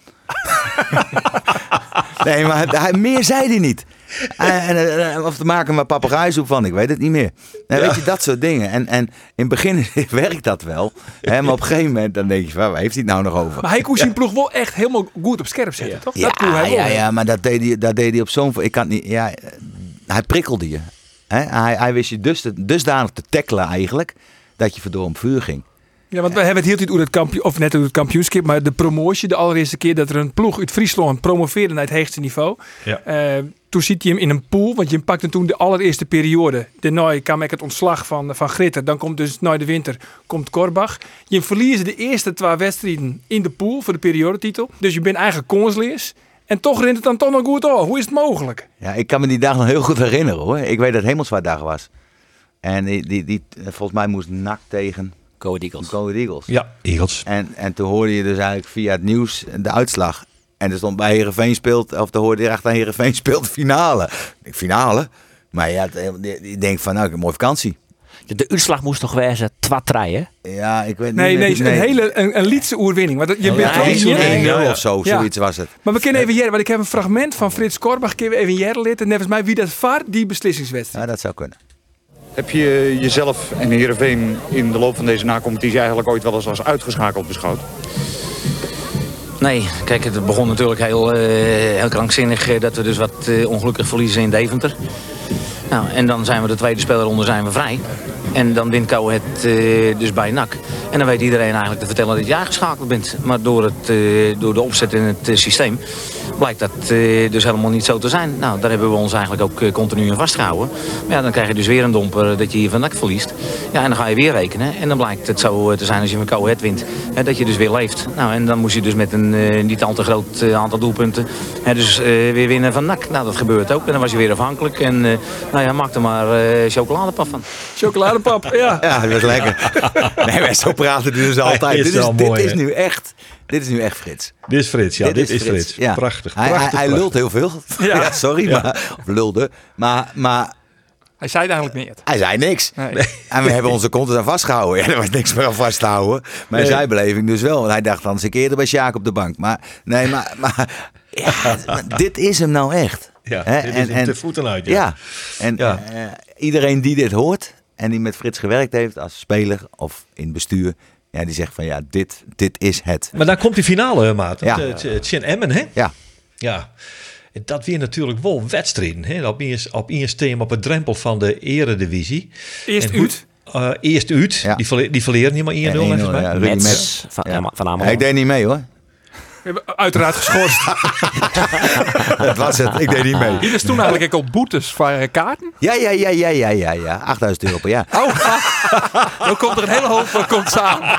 Nee, maar hij, meer zei hij niet. En, en, of te maken met papegaaizoep van, ik weet het niet meer. En, ja. Weet je, dat soort dingen. En, en in het begin werkt dat wel. Hè, maar op een gegeven moment dan denk je, waar heeft hij het nou nog over?
Maar hij kon zijn ploeg wel echt helemaal goed op scherp zetten, toch?
Ja,
dat hij
ja, ja, maar dat deed hij, dat deed hij op zo'n... Ik kan niet... Ja, hij prikkelde je. Hè? Hij, hij wist je dus, dusdanig te tackelen eigenlijk, dat je verdoor om vuur ging.
Ja, want we hebben het heel tijd over het kampioen, of net over het kampioenschap, maar de promotie, de allereerste keer dat er een ploeg uit Friesland promoveerde naar het hoogste niveau. Ja. Uh, toen ziet hij hem in een pool, want je pakte toen de allereerste periode. Daarna kwam ik het ontslag van, van Gritter. Dan komt dus na de winter komt Korbach. Je verliest de eerste twee wedstrijden in de pool voor de periodetitel. Dus je bent eigenlijk kansloos. En toch rent het dan toch nog goed af. Hoe is het mogelijk?
Ja, ik kan me die dag nog heel goed herinneren hoor. Ik weet dat het Hemelsvaartdag was. En die, die, die, volgens mij moest N A C tegen...
Go Ahead Eagles.
Go Ahead Eagles.
Ja, Eagles.
En, en toen hoorde je dus eigenlijk via het nieuws de uitslag. En er stond bij Heerenveen speelt, of dan hoorde je echt aan Heerenveen speelt finale. Ik finale? Maar ja, je denkt van nou, ik heb een mooie vakantie.
De, de uitslag moest toch wezen twee-drie, hè?
Ja, ik weet
nee,
niet.
Nee,
nee,
een hele een, een Lietse oerwinning. Want je
ja,
bent
ja,
toch
één nul of zo, ja. Zoiets was het.
Maar we kunnen even jaren, want ik heb een fragment van Frits Korbach, kunnen we even jaren litten. Nevens mij wie dat vaart, die beslissingswedstrijd.
Ja, dat zou kunnen.
Heb je jezelf en Heerenveen in de loop van deze na-competitie eigenlijk ooit wel eens als uitgeschakeld beschouwd?
Nee, kijk, het begon natuurlijk heel, uh, heel krankzinnig uh, dat we dus wat uh, ongelukkig verliezen in Deventer. Nou, en dan zijn we de tweede speelronde zijn we vrij. En dan wint Go Ahead uh, dus bij N A C. En dan weet iedereen eigenlijk te vertellen dat je aangeschakeld bent. Maar door, het, uh, door de opzet in het uh, systeem blijkt dat uh, dus helemaal niet zo te zijn. Nou, daar hebben we ons eigenlijk ook uh, continu in vastgehouden. Maar ja, dan krijg je dus weer een domper dat je hier van N A C verliest. Ja, en dan ga je weer rekenen. En dan blijkt het zo te zijn als je van Go Ahead wint. Hè, dat je dus weer leeft. Nou, en dan moest je dus met een uh, niet al te groot uh, aantal doelpunten hè, dus uh, weer winnen van N A C. Nou, dat gebeurt ook. En dan was je weer afhankelijk. En uh, nou ja, maak er maar uh, chocoladepap van.
Chocoladepap, ja.
Ja, dat was lekker. Nee, maar zo praten die dus altijd.
Is
dit, is, dit
mooi,
is nu echt... Dit is nu echt Frits.
Dit is Frits, ja. Dit, dit is Frits. Frits.
Ja.
Prachtig,
hij,
prachtig,
hij, hij
prachtig.
lult heel veel. Ja, ja sorry.
Ja.
Maar, of lulde. Maar... maar
hij
Hij zei het eigenlijk niet.
Hij zei niks.
Nee.
En we hebben onze kont aan vastgehouden. Ja, er was niks meer aan vasthouden. Maar
Nee.
zijn beleving dus wel. Want hij dacht dan eens een keer bij Sjaak op de bank. Maar nee, maar, maar, ja, maar dit is hem nou echt.
Ja,
Hè?
dit is
En-
hem
en-
te voeten uit.
Ja, en
Ja.
eh, iedereen die dit hoort en die met Frits gewerkt heeft als speler of in bestuur, ja, die zegt van ja, dit, dit is het.
Maar dan komt die finale, Maarten.
Ja.
Het, het Sint Emmen, hè?
Ja,
Ja. En dat weer natuurlijk wel wedstrijden. Hè? Op één op één steen op het drempel van de eredivisie.
Eerst
En hoe-
uit.
Uh, eerst uit.
Ja.
Die, verle- die verleren niet maar één nul.
Ja,
volgens
één nul,
mij.
ja. Rudy
Mets
Mets.
van,
Ja.
van Ameland.
Ja, ik deed niet mee hoor.
We hebben uiteraard geschorst.
Dat was het. Ik deed niet mee.
Hier is toen eigenlijk ook al boetes voor eh, kaarten.
Ja, ja, ja, ja, ja, ja, ja. achtduizend euro per jaar.
Oh, dan komt er een hele hoop eh, komt samen.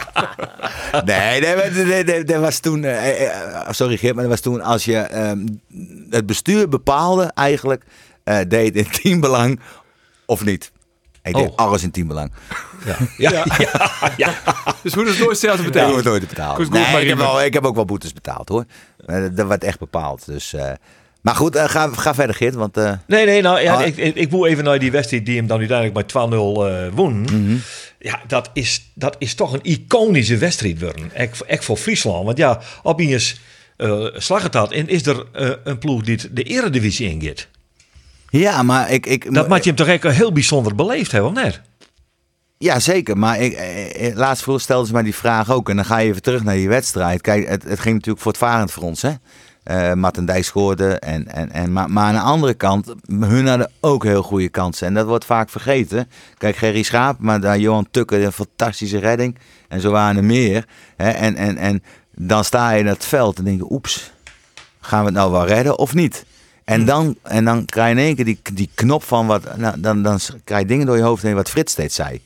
Nee, nee, maar nee, nee, dat was toen. eh, eh, sorry Geert, maar dat was toen als je ehm, het bestuur bepaalde eigenlijk eh, deed het in teambelang of niet. Ik deed
Oh.
alles in teambelang.
Ja. Ja. Ja. Ja.
Dus hoe is het nooit hetzelfde
Ik
betaald?
word nooit betaald.
Goed, goed,
Nee,
maar
ik, heb
Riemen.
wel, ik heb ook wel boetes betaald hoor. Eh, Dat werd echt bepaald. Dus, eh, maar goed, eh, ga, ga verder Geert. Want eh,
Nee, nee, nou ja,
Ah.
ik, ik, ik wil even naar die wedstrijd die hem dan uiteindelijk bij twee nul uh, won.
Mhm.
Ja, dat is, dat is toch een iconische wedstrijd worden. Echt echt voor Friesland. Want ja, op eens uh, slag het had en is er uh, een ploeg die het de eredivisie ingaat.
ja, maar ik... ik
Dat maakt je hem toch echt heel bijzonder beleefd hebben, of net?
Ja, zeker. Maar ik, eh, eh, laatst vroeg stelden ze mij die vraag ook. En dan ga je even terug naar die wedstrijd. Kijk, het, het ging natuurlijk voortvarend voor ons. Hè? Uh, Marten Dijk scoorde. En, en, en, maar, maar aan de andere kant, hun hadden ook heel goede kansen. En dat wordt vaak vergeten. Kijk, Gerry Schaap, maar daar Johan Tukker, een fantastische redding. En zo waren er meer. Hè? En, en, en dan sta je in het veld en denk je, oeps, gaan we het nou wel redden of niet? En dan, en dan krijg je in één keer die, die knop van wat, nou, dan, dan krijg je dingen door je hoofd heen wat Frits steeds zei.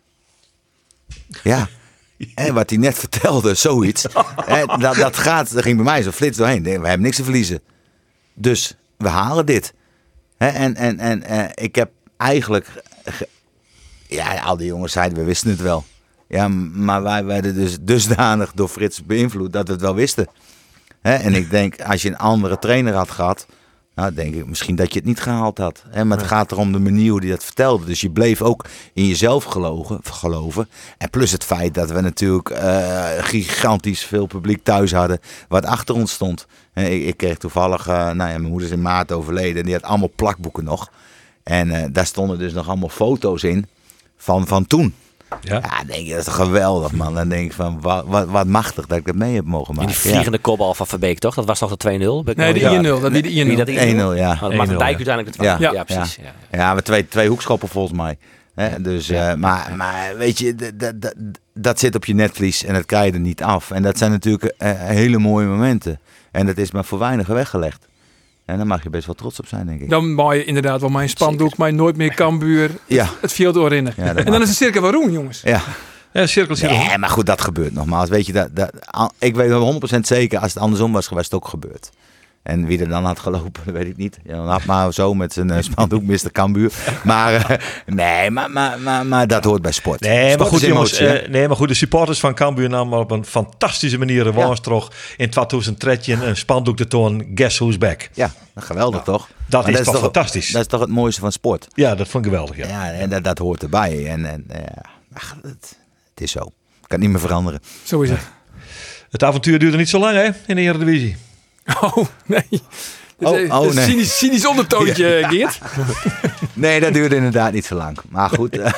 Ja, en wat hij net vertelde, zoiets. Hè, dat, dat gaat, dat ging bij mij zo flits doorheen. We hebben niks te verliezen. Dus we halen dit. Hè, en en, en eh, ik heb eigenlijk... ge- Ja, al die jongens zeiden, we wisten het wel. Ja, m- maar wij werden dus dusdanig door Frits beïnvloed dat we het wel wisten. Hè, en ik denk, als je een andere trainer had gehad... Nou, denk ik misschien dat je het niet gehaald had. Hè? Maar het gaat erom de manier hoe hij dat vertelde. Dus je bleef ook in jezelf geloven. geloven. En plus het feit dat we natuurlijk uh, gigantisch veel publiek thuis hadden. Wat achter ons stond. En ik, ik kreeg toevallig, uh, nou ja, mijn moeder is in maart overleden. En die had allemaal plakboeken nog. En uh, daar stonden dus nog allemaal foto's in van, van toen.
Ja.
Ja, dan denk je, dat is geweldig man. Dan denk ik van, wat, wat, wat machtig dat ik dat mee heb mogen
En
maken.
die vliegende kopbal van Verbeek, toch? Dat was toch de twee nul? Ben ik
Nee, de
nou-
één nul. Dat wie de
Wie
één nul.
dat
Ja, één nul, ja.
Oh, dat maakt de
één nul,
Dijk
ja.
uiteindelijk het
Ja.
ja.
Ja.
ja, precies. Ja. Ja.
Ja, maar twee, twee hoekschoppen volgens mij. Hè? Dus, uh, maar, maar weet je, d- d- d- dat zit op je netvlies en dat krijg je er niet af. En dat zijn natuurlijk uh, hele mooie momenten. En dat is maar voor weinigen weggelegd. En daar mag je best wel trots op zijn, denk ik.
Dan mag je inderdaad wel mijn spandoek, maar nooit meer Cambuur.
Ja.
Het viel doorin.
Ja, dat
en dan
mag.
is het cirkel waarom, jongens.
Ja.
Ja, cirkeltje.
Nee, maar goed, dat gebeurt nogmaals. Weet je, dat, dat, al- ik weet wel honderd procent zeker, als het andersom was geweest, het ook gebeurd. En wie er dan had gelopen, dat weet ik niet. Ja, dan had maar zo met zijn uh, spandoek mister Cambuur. Maar uh, nee, maar, maar, maar, maar dat hoort bij sport.
Nee,
Sport
maar goed,
is
jongens,
emotie, hè?
eh, nee, maar goed, de supporters van Cambuur namen op een fantastische manier een
Ja.
terug in tweeduizend dertien een spandoek te tonen, Guess Who's Back.
Ja, geweldig toch?
Dat
Maar
is toch fantastisch?
Dat is toch het mooiste van sport?
Ja, dat vond ik geweldig, ja.
Ja, en dat, dat hoort erbij. En, en ja, ach, het, het is zo. Kan niet meer veranderen.
Zo is het.
Het avontuur duurde niet zo lang, hè, in de Eredivisie.
Oh, nee. Dat is-
Oh, oh,
dat is
nee.
Cynisch, cynisch ondertoontje, Geert.
Nee, dat duurde inderdaad niet zo lang. Maar goed. eh,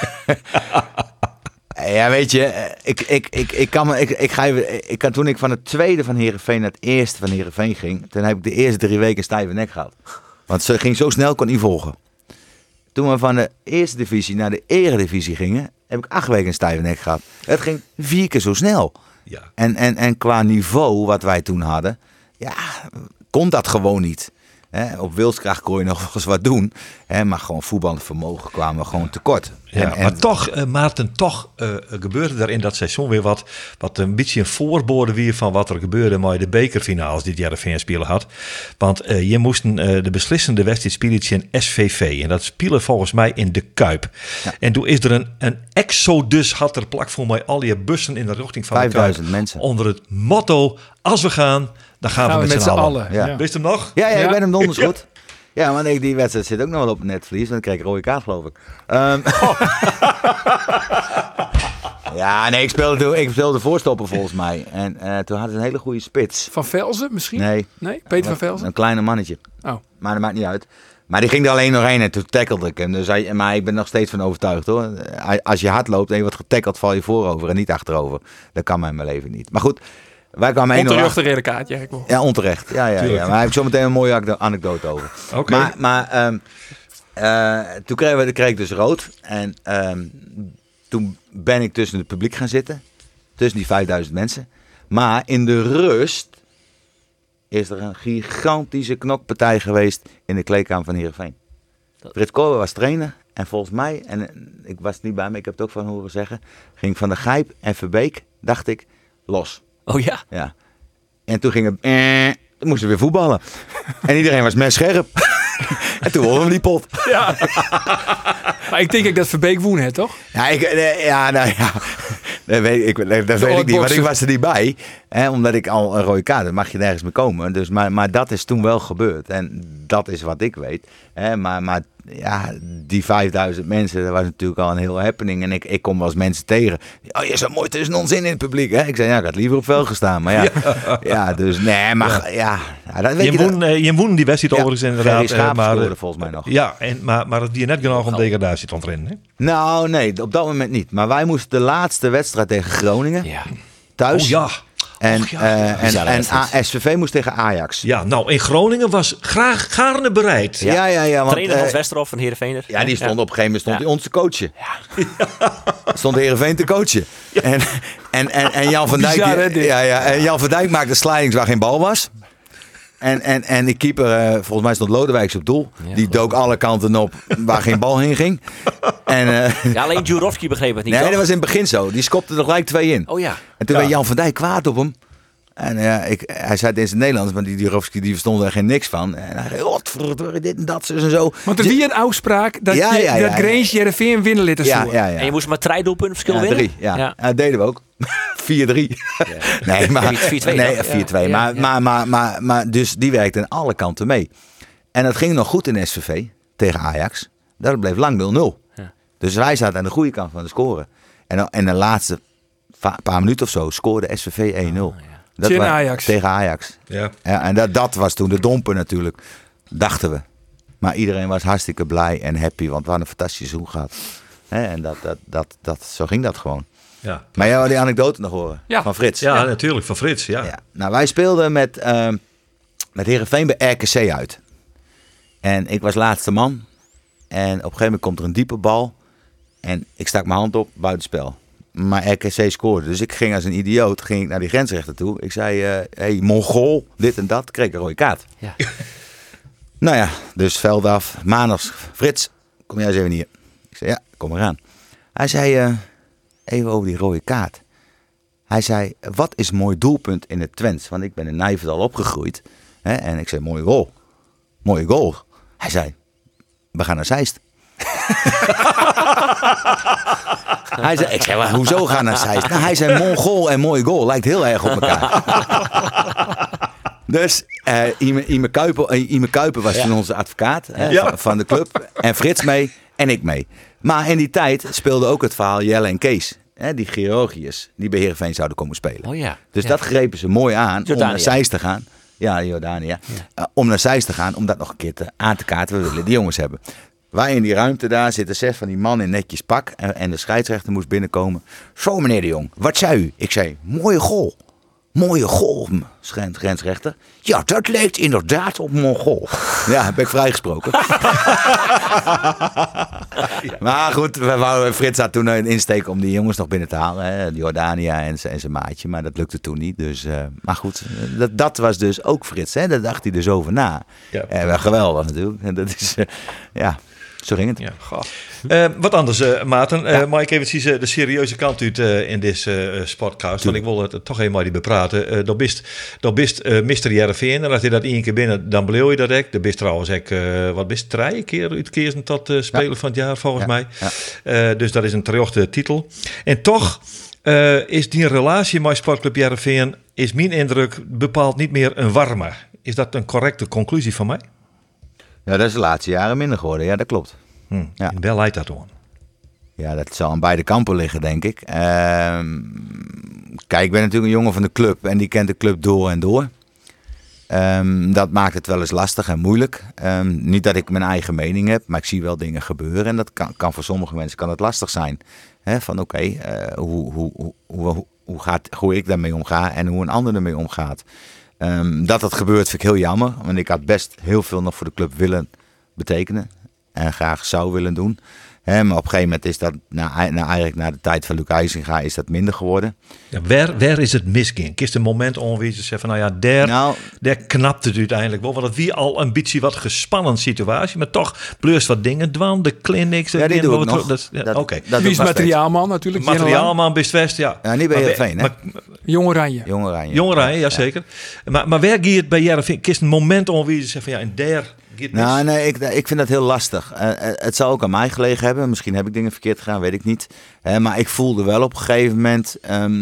ja, weet je, eh, ik, ik, ik, ik kan me, ik, ik ga even, ik kan, toen ik van het tweede van Heerenveen naar het eerste van Heerenveen ging, toen heb ik de eerste drie weken stijve nek gehad. Want ze ging zo snel, ik kon niet volgen. Toen we van de eerste divisie naar de eredivisie gingen, heb ik acht weken een stijve nek gehad. Het ging vier keer zo snel.
Ja.
En, en, en qua niveau wat wij toen hadden, ja, kon dat gewoon niet. Hè, op wilskracht kon je nog wel eens wat doen. Hè, maar gewoon voetbalvermogen kwamen we gewoon tekort.
Ja,
En- en-
maar toch, uh, Maarten, toch uh, gebeurde er in dat seizoen weer wat, wat een beetje een voorbode weer van wat er gebeurde met de bekerfinales die Heerenveen spelen had. Want uh, je moesten uh, de beslissende wedstrijd spelen in S V V. En dat spelen volgens mij in de Kuip.
Ja.
En toen is er een, een exodus, had er plak voor mij al die bussen in de richting van de Kuip.
vijfduizend mensen.
Onder het motto, als we gaan, dan gaan,
Gaan
we met, z'n allen.
allen.
Ja.
Ja.
Wist je hem nog?
Ja, ja, ik
Ja.
ben hem donders goed. Ja, maar ik, die wedstrijd zit ook nog wel op het netvlies. Want ik kreeg een rode kaart, geloof ik. Um, oh. Ja, nee, ik speelde, toen, ik speelde voorstopper volgens mij. En uh, toen hadden ze een hele goede spits.
Van Velzen misschien?
Nee.
Nee? Peter van Velzen?
Een kleine mannetje.
Oh.
Maar dat maakt niet uit. Maar die ging er alleen doorheen en toen tackelde ik hem. Dus hij, maar ik ben er nog steeds van overtuigd hoor. Als je hard loopt en je wordt getackeld, val je voorover en niet achterover. Dat kan mij in mijn leven niet. Maar goed, wij kwamen één nul
Onterecht de rode kaart, ja, ik wel.
Ja, onterecht. Ja, ja, ja. Maar daar heb ik zo meteen een mooie anekdote over.
Oké. Okay.
Maar, maar um, uh, toen kreeg, we, kreeg ik dus rood. En um, toen ben ik tussen het publiek gaan zitten. Tussen die vijfduizend mensen. Maar in de rust is er een gigantische knokpartij geweest in de kleedkamer van Heerenveen. Frits Korver was trainer. En volgens mij, en ik was niet bij me, ik heb het ook van horen zeggen, ging Van der Gijp en Verbeek, dacht ik, los.
Oh ja?
Ja. En toen ging het, eh, toen moesten we weer voetballen. En iedereen was messcherp. En toen wonnen we die pot.
Ja. Maar ik denk ik dat Verbeek woen het, toch?
Ja, ik, ja, nou ja. Dat weet ik, dat weet ik niet, want ik was er niet bij. Hè, omdat ik al een rode kaart, dan mag je nergens meer komen. Dus, maar, maar dat is toen wel gebeurd. En dat is wat ik weet. Hè, maar, maar ja, die vijfduizend mensen, dat was natuurlijk al een heel happening. En ik, ik kom wel eens mensen tegen. Oh, je zo mooi tussen ons in in het publiek. Hè? Ik zei, ja, ik had liever op velden gestaan. Maar ja, ja. ja dus nee, maar ja. ja dat weet
je,
je,
woen, dat... je woen die wedstrijd ja, overigens inderdaad.
Uh, maar
uh,
volgens mij nog.
Ja, en, maar, maar het die net genoeg om degradatie te ontrennen. Hè?
Nou, nee, op dat moment niet. Maar wij moesten de laatste wedstrijd tegen Groningen.
Ja.
Thuis.
Oh ja.
En,
Och, ja.
uh, en, en A- S V V moest tegen Ajax.
Ja, nou in Groningen was graag gaarne bereid.
Ja, ja, ja. ja want,
Trainer Hans
uh,
Westerhof van Heerenveen.
Ja, die stond
ja.
op een gegeven moment stond
ja.
hij ons te coachen. Ja. Stond Heerenveen te coachen. Ja. En, en, en, en Jan van Dijk,
Bizar,
die, ja, ja, en Jan van Dijk maakte slidings waar geen bal was. En, en, en die keeper, uh, volgens mij stond Lodewijks op doel. Ja, die dook alle kanten op waar geen bal heen ging. En, uh,
ja, alleen Jurovski begreep het niet.
Nee,
toch?
dat was in het begin zo. Die schopte er gelijk twee in.
Oh ja.
En toen
ja.
werd Jan van Dijk kwaad op hem. En uh, ik, hij zei het in het Nederlands, maar die Jurovski die verstond er geen niks van. En hij zei, godverdorie, dit en dat, zus en zo.
Want er wie een afspraak dat
Ja,
je
ja, ja,
dat Grange Heerenveen winnen liet
Ja, ja, ja.
En je moest maar drie doelpunten verschil
Ja,
winnen?
drie, ja.
Ja.
ja. Dat deden we ook. vier drie. Ja. Nee, maar
niet vier twee,
nee,
toch?
vier twee.
Ja.
Maar,
Ja.
maar, maar, maar, maar dus die werkte aan alle kanten mee. En dat ging nog goed in S V V tegen Ajax. Dat bleef lang nul nul.
Ja.
Dus wij zaten aan de goede kant van de score. En in de laatste paar minuten of zo scoorde S V V één nul.
Oh, ja.
Dat
Tegen
was,
Ajax.
Tegen Ajax.
Ja.
Ja, en dat, dat was toen de domper natuurlijk. Dachten we. Maar iedereen was hartstikke blij en happy. Want we hadden een fantastisch seizoen gehad. Hè, en dat, dat, dat, dat, zo ging dat gewoon.
Ja.
Maar jij wou die anekdote nog horen?
Ja.
Van Frits?
Ja, ja, natuurlijk, van Frits. Ja.
Ja. Nou, wij speelden met, uh, met Heerenveen bij R K C uit. En ik was laatste man. En op een gegeven moment komt er een diepe bal. En ik stak mijn hand op, buitenspel. Maar R K C scoorde. Dus ik ging als een idioot ging ik naar die grensrechter toe. Ik zei, hé, uh, hey, Mongool, dit en dat. Kreeg ik een rode kaart.
Ja.
Nou ja, dus veld af. Maandags, Frits, kom jij eens even hier. Ik zei, ja, kom eraan. Hij zei, uh, even over die rode kaart. Hij zei, wat is mooi doelpunt in het Twents? Want ik ben in Nijverdal opgegroeid. Hè? En ik zei, mooie goal. Mooie goal. Hij zei, we gaan naar Zeist. Hij zei, ik zei, maar hoezo gaan naar Zeist? Nou, hij zei, Mongool en mooie goal lijkt heel erg op elkaar. Dus uh, Ime, Ime, Kuiper, uh, Ime Kuiper was ja. toen onze advocaat hè, ja. van, van de club. En Frits mee en ik mee. Maar in die tijd speelde ook het verhaal Jelle en Kees. Hè, die Georgiërs die bij Heerenveen zouden komen spelen.
Oh ja.
Dus
ja.
dat grepen ze mooi aan
Jordania.
om naar Zeist te gaan. Ja, Jordania. Ja. Uh, om naar Zeist te gaan, om dat nog een keer te, aan te kaarten. We willen die jongens hebben. Wij in die ruimte daar zitten zes van die mannen in netjes pak. En, en de scheidsrechter moest binnenkomen. Zo meneer de Jong, wat zei u? Ik zei, mooie goal. Mooie goal, schijnt grensrechter. Ja, dat leek inderdaad op Mongool. Ja, heb ik vrijgesproken. Maar goed, we wouden, Frits had toen een insteek om die jongens nog binnen te halen. Hè, Jordania en zijn maatje, maar dat lukte toen niet. Dus, uh, maar goed, dat, dat was dus ook Frits. Hè, daar dacht hij dus over na.
Ja.
En wel geweldig natuurlijk. En dat is, uh, ja, zo ging het.
Ja. Uh, wat anders, uh, Maarten. Uh, ja. Maar ik even de serieuze kant uit uh, in deze uh, podcast. Want ik wil het toch eenmaal die bepraten. Uh, dat bist, dat bist uh, mister Heerenveen. En als je dat één keer binnen, dan beleel je dat ook. Dat bist trouwens ook, uh, wat bist drie keer uitkeersen tot uh, speler ja. van het jaar volgens ja. mij. Ja. Uh, dus dat is een terechte titel. En toch uh, is die relatie met Sportclub Heerenveen, is mijn indruk bepaald niet meer een warme. Is dat een correcte conclusie van mij?
Ja, dat is de laatste jaren minder geworden. Ja, dat klopt.
Hm.
Ja.
En waar leidt dat om?
Ja, dat zal aan beide kampen liggen, denk ik. Ehm, kijk, ik ben natuurlijk een jongen van de club en die kent de club door en door. Um, dat maakt het wel eens lastig en moeilijk. Um, niet dat ik mijn eigen mening heb, maar ik zie wel dingen gebeuren. En dat kan, kan voor sommige mensen kan het lastig zijn. He, van oké, okay, uh, hoe, hoe, hoe, hoe, hoe, gaat, hoe ik daarmee omga en hoe een ander ermee omgaat. Um, dat dat gebeurt vind ik heel jammer. Want ik had best heel veel nog voor de club willen betekenen. En graag zou willen doen. He, maar op een gegeven moment is dat, na, na, eigenlijk na de tijd van Luc IJzinga, is dat minder geworden.
Ja, waar, waar is het misging? Kies een moment ongeveer te zeggen van, nou ja, daar,
nou,
daar knapt het uiteindelijk wel. Want het wie al een beetje wat gespannen situatie, maar toch plus wat dingen dwan, de clinics.
Ja, die doe ik nog.
Dat, ja,
dat,
Oké.
dat
Wie is materiaalman natuurlijk?
Materiaalman, best West, ja.
Ja, niet bij Heerenveen, hè?
Jong Oranje.
Jong Oranje.
Jong Oranje, ja zeker. Maar, maar waar gaat het bij Heerenveen? Kies een moment ongeveer te zeggen van, ja, en daar...
Nou, nee, ik, ik vind dat heel lastig. Uh, het zou ook aan mij gelegen hebben. Misschien heb ik dingen verkeerd gedaan, weet ik niet. Uh, maar ik voelde wel op een gegeven moment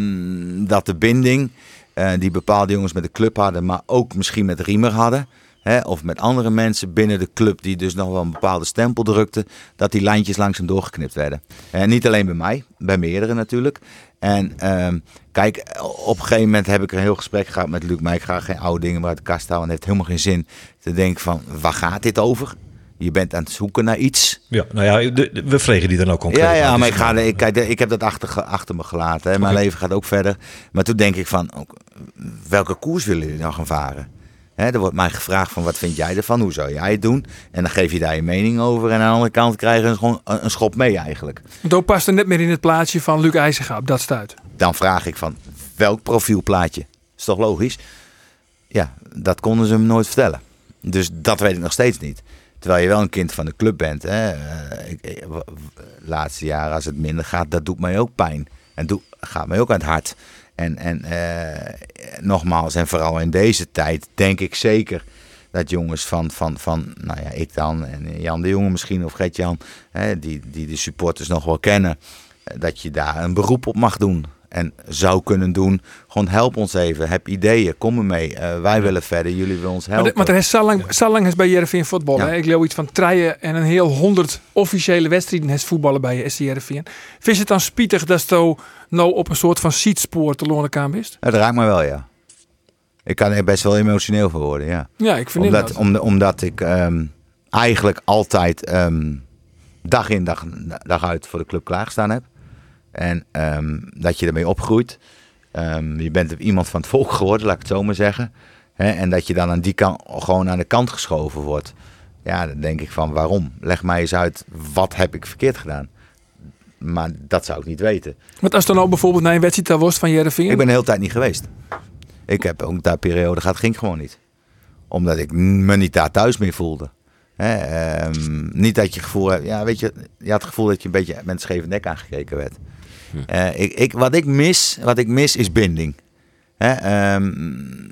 um, dat de binding uh, die bepaalde jongens met de club hadden, maar ook misschien met Riemer hadden, hè, of met andere mensen binnen de club die dus nog wel een bepaalde stempel drukten, dat die lijntjes langzaam doorgeknipt werden. En niet alleen bij mij, bij meerdere natuurlijk. En um, kijk, op een gegeven moment heb ik een heel gesprek gehad met Luc. Maar ik ga geen oude dingen meer uit de kast halen. Het heeft helemaal geen zin te denken van, waar gaat dit over? Je bent aan het zoeken naar iets.
Ja, nou ja, de, de, we vregen die dan ook concreet.
Ja, ja,
aan,
maar
dus
ik, ga, ik, kijk, ik heb dat achter, achter me gelaten. Hè. Mijn
Okay.
leven gaat ook verder. Maar toen denk ik van, welke koers willen jullie nou gaan varen? Hè, er wordt mij gevraagd van, wat vind jij ervan? Hoe zou jij het doen? En dan geef je daar je mening over. En aan de andere kant krijgen ze gewoon een, een schop mee eigenlijk.
Dat past er net meer in het plaatje van Luc IJzinga op dat stuit.
Dan vraag ik van, welk profielplaatje? Is toch logisch? Ja, dat konden ze hem nooit vertellen. Dus dat weet ik nog steeds niet. Terwijl je wel een kind van de club bent. Hè. Uh, ik, ik, laatste jaren als het minder gaat, dat doet mij ook pijn. En doet, gaat mij ook aan het hart. En, en uh, nogmaals, en vooral in deze tijd denk ik zeker dat jongens van, van, van nou ja, ik dan en Jan de Jonge misschien of Gert-Jan, hè, die, die de supporters nog wel kennen, dat je daar een beroep op mag doen. En zou kunnen doen, gewoon help ons even, heb ideeën, kom er mee. Uh, wij willen verder, jullie willen ons helpen.
Maar, maar er is zo lang, zo lang is bij Heerenveen voetbal.
Ja.
Hè? Ik leer iets van treien en een heel honderd officiële wedstrijden heeft voetballen bij S C Heerenveen. Vind je het dan spietig dat je nou op een soort van seedspoor te lonen kan bist?
Ja, dat raakt me wel, ja. Ik kan er best wel emotioneel van worden, ja.
Ja, ik vind
omdat,
dat.
om, omdat ik um, eigenlijk altijd um, dag in dag, dag uit voor de club klaargestaan heb. En um, dat je ermee opgroeit. Um, je bent iemand van het volk geworden, laat ik het zo maar zeggen. He, en dat je dan aan die kant gewoon aan de kant geschoven wordt. Ja, dan denk ik van waarom? Leg mij eens uit, wat heb ik verkeerd gedaan? Maar dat zou ik niet weten.
Want als er nou bijvoorbeeld naar een wedstrijd was van Heerenveen?
Ik ben de hele tijd niet geweest. Ik heb ook daar periode gehad, ging gewoon niet. Omdat ik me niet daar thuis meer voelde. He, um, niet dat je gevoel hebt, ja, weet je, je had het gevoel dat je een beetje met een scheve nek aangekeken werd. Hm. Uh, ik, ik, wat, ik mis, wat ik mis is binding. He, um,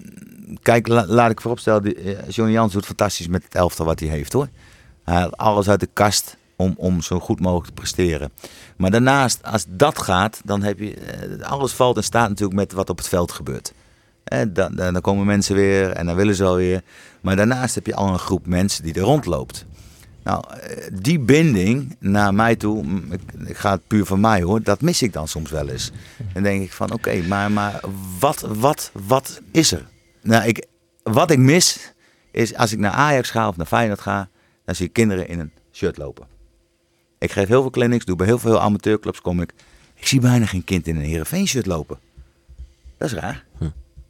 kijk, la, laat ik vooropstellen, uh, Johnny Jans doet fantastisch met het elftal wat hij heeft hoor. Hij haalt alles uit de kast om, om zo goed mogelijk te presteren. Maar daarnaast, als dat gaat, dan heb je, uh, alles valt en staat natuurlijk met wat op het veld gebeurt. En dan, dan komen mensen weer en dan willen ze alweer. Maar daarnaast heb je al een groep mensen die er rondloopt. Nou, die binding naar mij toe, ik, ik ga het puur van mij hoor, dat mis ik dan soms wel eens. Dan denk ik van oké, okay, maar, maar wat, wat, wat is er? Nou, ik, wat ik mis is als ik naar Ajax ga of naar Feyenoord ga, dan zie ik kinderen in een shirt lopen. Ik geef heel veel clinics, doe bij heel veel amateurclubs kom ik. Ik zie bijna geen kind in een Heerenveen shirt lopen. Dat is raar. Hm.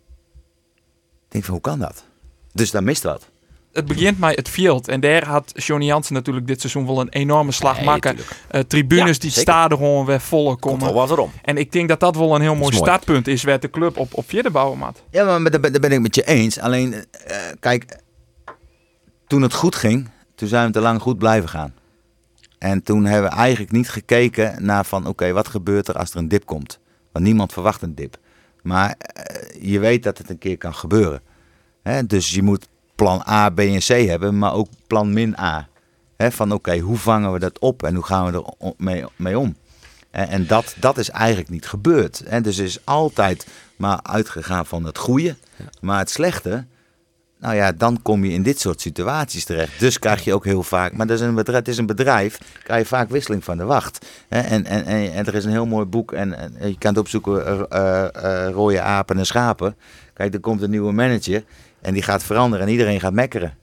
Ik denk van, hoe kan dat? Dus daar mist wat.
Het begint met het veld. En daar had Johnny Jansen natuurlijk dit seizoen wel een enorme slag
Nee,
maken. Uh, tribunes
Ja,
die
zeker.
stadion gewoon weer volle
Komt
komen.
wel wat erom.
En ik denk dat dat wel een heel mooi,
mooi.
startpunt is waar de club op, op verder bouwen moet.
Ja, maar daar ben, daar ben ik met je eens. Alleen, uh, kijk, toen het goed ging, toen zijn we te lang goed blijven gaan. En toen hebben we eigenlijk niet gekeken naar van, oké, okay, wat gebeurt er als er een dip komt? Want niemand verwacht een dip. Maar uh, je weet dat het een keer kan gebeuren. Hè? Dus je moet plan A, B en C hebben, maar ook plan min A. Hè? Van oké, okay, hoe vangen we dat op en hoe gaan we er mee, mee om? En, en dat, dat is eigenlijk niet gebeurd. Hè? Dus er is altijd maar uitgegaan van het goede. Maar het slechte, nou ja, dan kom je in dit soort situaties terecht. Dus krijg je ook heel vaak, maar dat is een bedrijf, het is een bedrijf, krijg je vaak wisseling van de wacht. Hè? En, en, en, en er is een heel mooi boek en, en je kan het opzoeken, uh, uh, uh, rode apen en schapen. Kijk, er komt een nieuwe manager en die gaat veranderen en iedereen gaat mekkeren.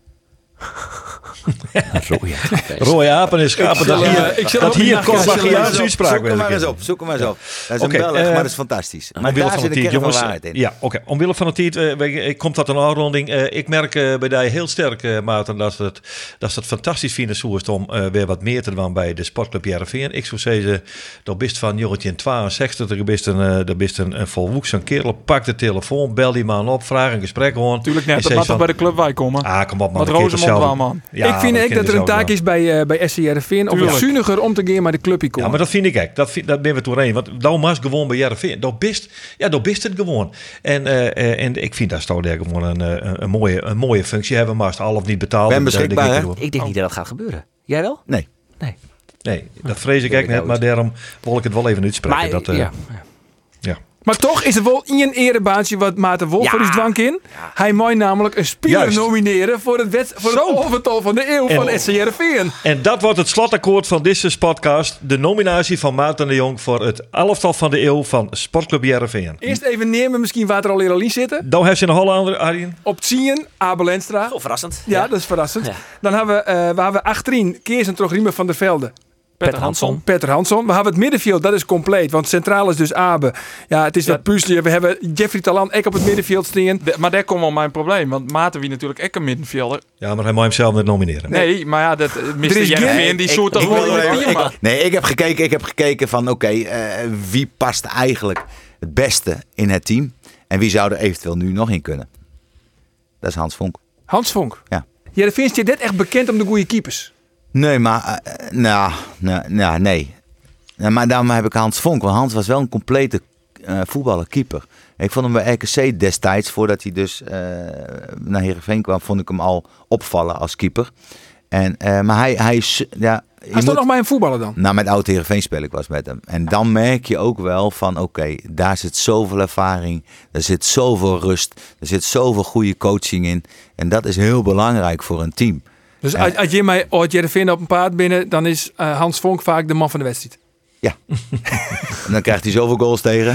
Rode apen en schapen, dat hier,
ik zal
dat
ook
hier
niet
Korsbachiaanse uitspraak.
Zoek hem maar eens op, zoek hem maar eens op. Dat is
Oké,
een Belg,
uh,
maar dat is fantastisch. Maar
Omwille
daar
van
zit
de
een
tijd,
kern van
jongens.
waarheid in.
Ja, oké. Okay. Omwille van de tijd uh, ik komt dat een aanronding. Uh, ik merk uh, bij die heel sterk, uh, Maarten, dat het, dat het fantastisch vinden zo is om uh, weer wat meer te doen bij de sportclub Heerenveen. Ik zou zeggen, dat bist van jongetje tweeënzestig, er bist een, uh, er bist een, een volwoekse kerel, pak de telefoon, bel die man op, vraag een gesprek gewoon.
Tuurlijk net, dat mag toch bij de club wij komen.
Ah, kom op man.
Wat Rosemond wel, man.
Ja,
ik vind echt dat er een taak is bij, uh, bij S C Heerenveen om
Tuurlijk.
zuiniger om te gaan met de club
Ja, maar dat vind ik echt. Dat, vind, dat ben we doorheen. Want dan was gewoon bij Heerenveen. Dat bist, ja, dat bist het gewoon. En, uh, uh, en ik vind dat toch daar gewoon een, een, een, mooie, een mooie functie hebben. Maar als het al of niet betaald
Ben
dan
beschikbaar,
denk
hè?
ik,
Ik denk niet dat dat gaat gebeuren. Jij wel?
Nee.
Nee.
nee, dat vrees ik echt
ik
net.
ook.
Maar daarom wil ik het wel even uitspreken.
Maar,
dat, uh,
ja.
ja.
Maar toch is er wel een erebaantje wat Maarten Wolf
Ja.
voor is dwank in. Hij mag namelijk een speler
Juist.
nomineren voor het, wet, voor het overtal van de eeuw
En-
van S C Heerenveen.
En dat wordt het slotakkoord van deze podcast. De nominatie van Maarten de Jong voor het elftal van de eeuw van Sportclub Heerenveen.
Eerst even nemen, misschien waar er al eerder al zitten.
Dan heeft ze een Hollander, Arjen.
Op tien, Abel Enstra.
Oh, verrassend.
Ja, dat is verrassend.
Ja.
Dan hebben we, uh, we hebben achterin Kees en toch Riemer van der Velde.
Petter Hansson.
Petter Hansson. We hebben het middenveld, dat is compleet. Want centraal is dus Abe. Ja, het is wat puzzelen. We hebben Jeffrey Talan ook op het middenveld staan.
De- maar daar komt wel mijn probleem. Want Maarten wie natuurlijk ook een middenvelder.
Ja, maar hij mag hem zelf niet nomineren.
Nee, maar ja, dat
Er
mister
is
Jervin,
geen-
die
Ik-
zoet toch
ik
wel
wil
in
even-
het team,
ik-
man.
Nee, ik heb gekeken, ik heb gekeken van oké, okay, uh, wie past eigenlijk het beste in het team? En wie zou er eventueel nu nog in kunnen? Dat is Hans Vonk.
Hans Vonk.
Ja.
Heerenveen is je dit echt bekend om de goede keepers.
Nee, maar uh, nou, nou, nou, nee. Nou, maar daarom heb ik Hans Vonk. Want Hans was wel een complete uh, voetballer, keeper. Ik vond hem bij R K C destijds, voordat hij dus uh, naar Heerenveen kwam, vond ik hem al opvallen als keeper. En, uh, maar hij, hij is... Ja, je
Hij is toch nog maar een voetballer dan?
Nou, met oud Heerenveen speel ik was met hem. En dan merk je ook wel van, oké, okay, daar zit zoveel ervaring. Er zit zoveel rust. Er zit zoveel goede coaching in. En dat is heel belangrijk voor een team.
Dus
Ja.
als, als je mij ooit Heerenveen op een paard binnen, dan is uh, Hans Vonk vaak de man van de wedstrijd.
Ja. En dan krijgt hij zoveel goals tegen.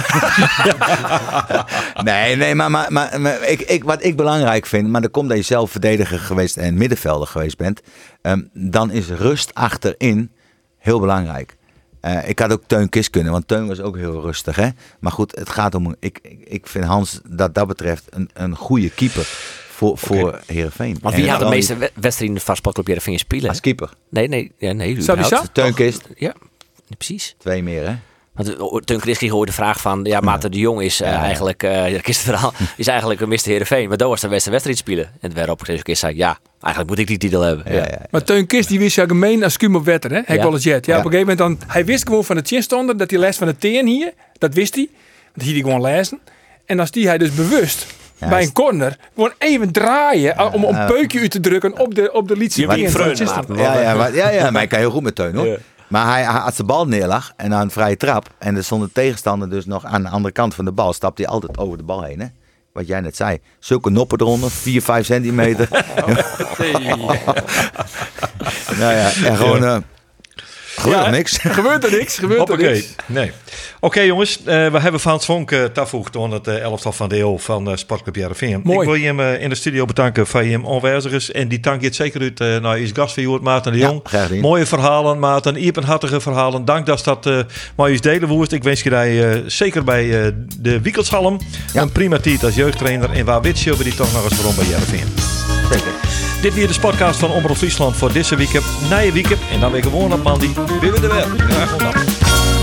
nee, nee, maar, maar, maar, maar ik, ik, wat ik belangrijk vind, maar dan komt dat je zelf verdediger geweest en middenvelder geweest bent, um, dan is rust achterin heel belangrijk. Uh, ik had ook Teun Kist kunnen, want Teun was ook heel rustig. Hè? Maar goed, het gaat om... Ik, ik, ik vind Hans, dat dat betreft, een, een goede keeper voor, voor Heerenveen.
Want
En
wie had de
dan
meeste we- wedstrijden van Sportclub Heerenveen spelen?
als keeper?
Nee, nee, ja, nee.
Sabisa?
überhaupt.
Teun Kist,
Ja, precies.
twee meer hè?
Want uh, Teun Chris kreeg ooit de vraag van, ja, Maarten de Jong is uh,
Ja, ja.
eigenlijk, uh, dat is het verhaal, is eigenlijk een mister Heerenveen. Maar dat was de beste wedstrijd spelen. En waarop ik eens zei, ja, eigenlijk moet ik die titel hebben.
Ja, ja.
Maar Teun Kist die wist ja gemeen als Kumo Wetter, hè? Hij
Ja.
wel eens jet. Ja,
Ja.
op een gegeven moment dan, hij wist gewoon van het chinstonder dat hij les van het teen hier, dat wist hij. Dat hier hij gewoon lezen. En als die hij dus bewust
Ja,
bij
is-
een corner gewoon even draaien uh, om om een peukje uit te drukken op de op de liedse
Je wiekt
teen van het
vreun,
chinstonder.
Maarten.
Ja, ja, maar, ja, ja, maar ik kan heel goed met Teun hoor.
Ja.
Maar hij, hij had de bal neerlag en aan een vrije trap. En er stond een tegenstander dus nog aan de andere kant van de bal. Stapt hij altijd over de bal heen. Hè? Wat jij net zei. Zulke noppen eronder, vier, vijf centimeter. nou ja, en gewoon... Uh, gebeurt
Ja,
niks.
Gebeurt er niks, gebeurt er
Hoppakee.
niks.
Nee. Oké jongens, uh, we hebben Frans Vonk uh, toegevoegd aan het uh, elftal van de eeuw van uh, Sportclub Heerenveen.
Mooi.
Ik wil je hem uh, in de studio bedanken voor je hem aanwezig is. En die dank je het zeker uit uh, naar je gastverhuurd Maarten de
Ja,
Jong.
graag gedaan.
Mooie verhalen Maarten, iepenhartige verhalen. Dank dat dat uh, maar je delen woest. Ik wens je daar uh, zeker bij uh, de Wiekelshalm.
Ja.
Een prima tijd als jeugdtrainer. En waar wits je we die toch nog eens waarom bij Heerenveen.
Zeker.
Dit weer de sportcast van Omroep Friesland voor deze week. Na je week en dan weer gewoon op maandag. Weer weer de weer. Graag gedaan.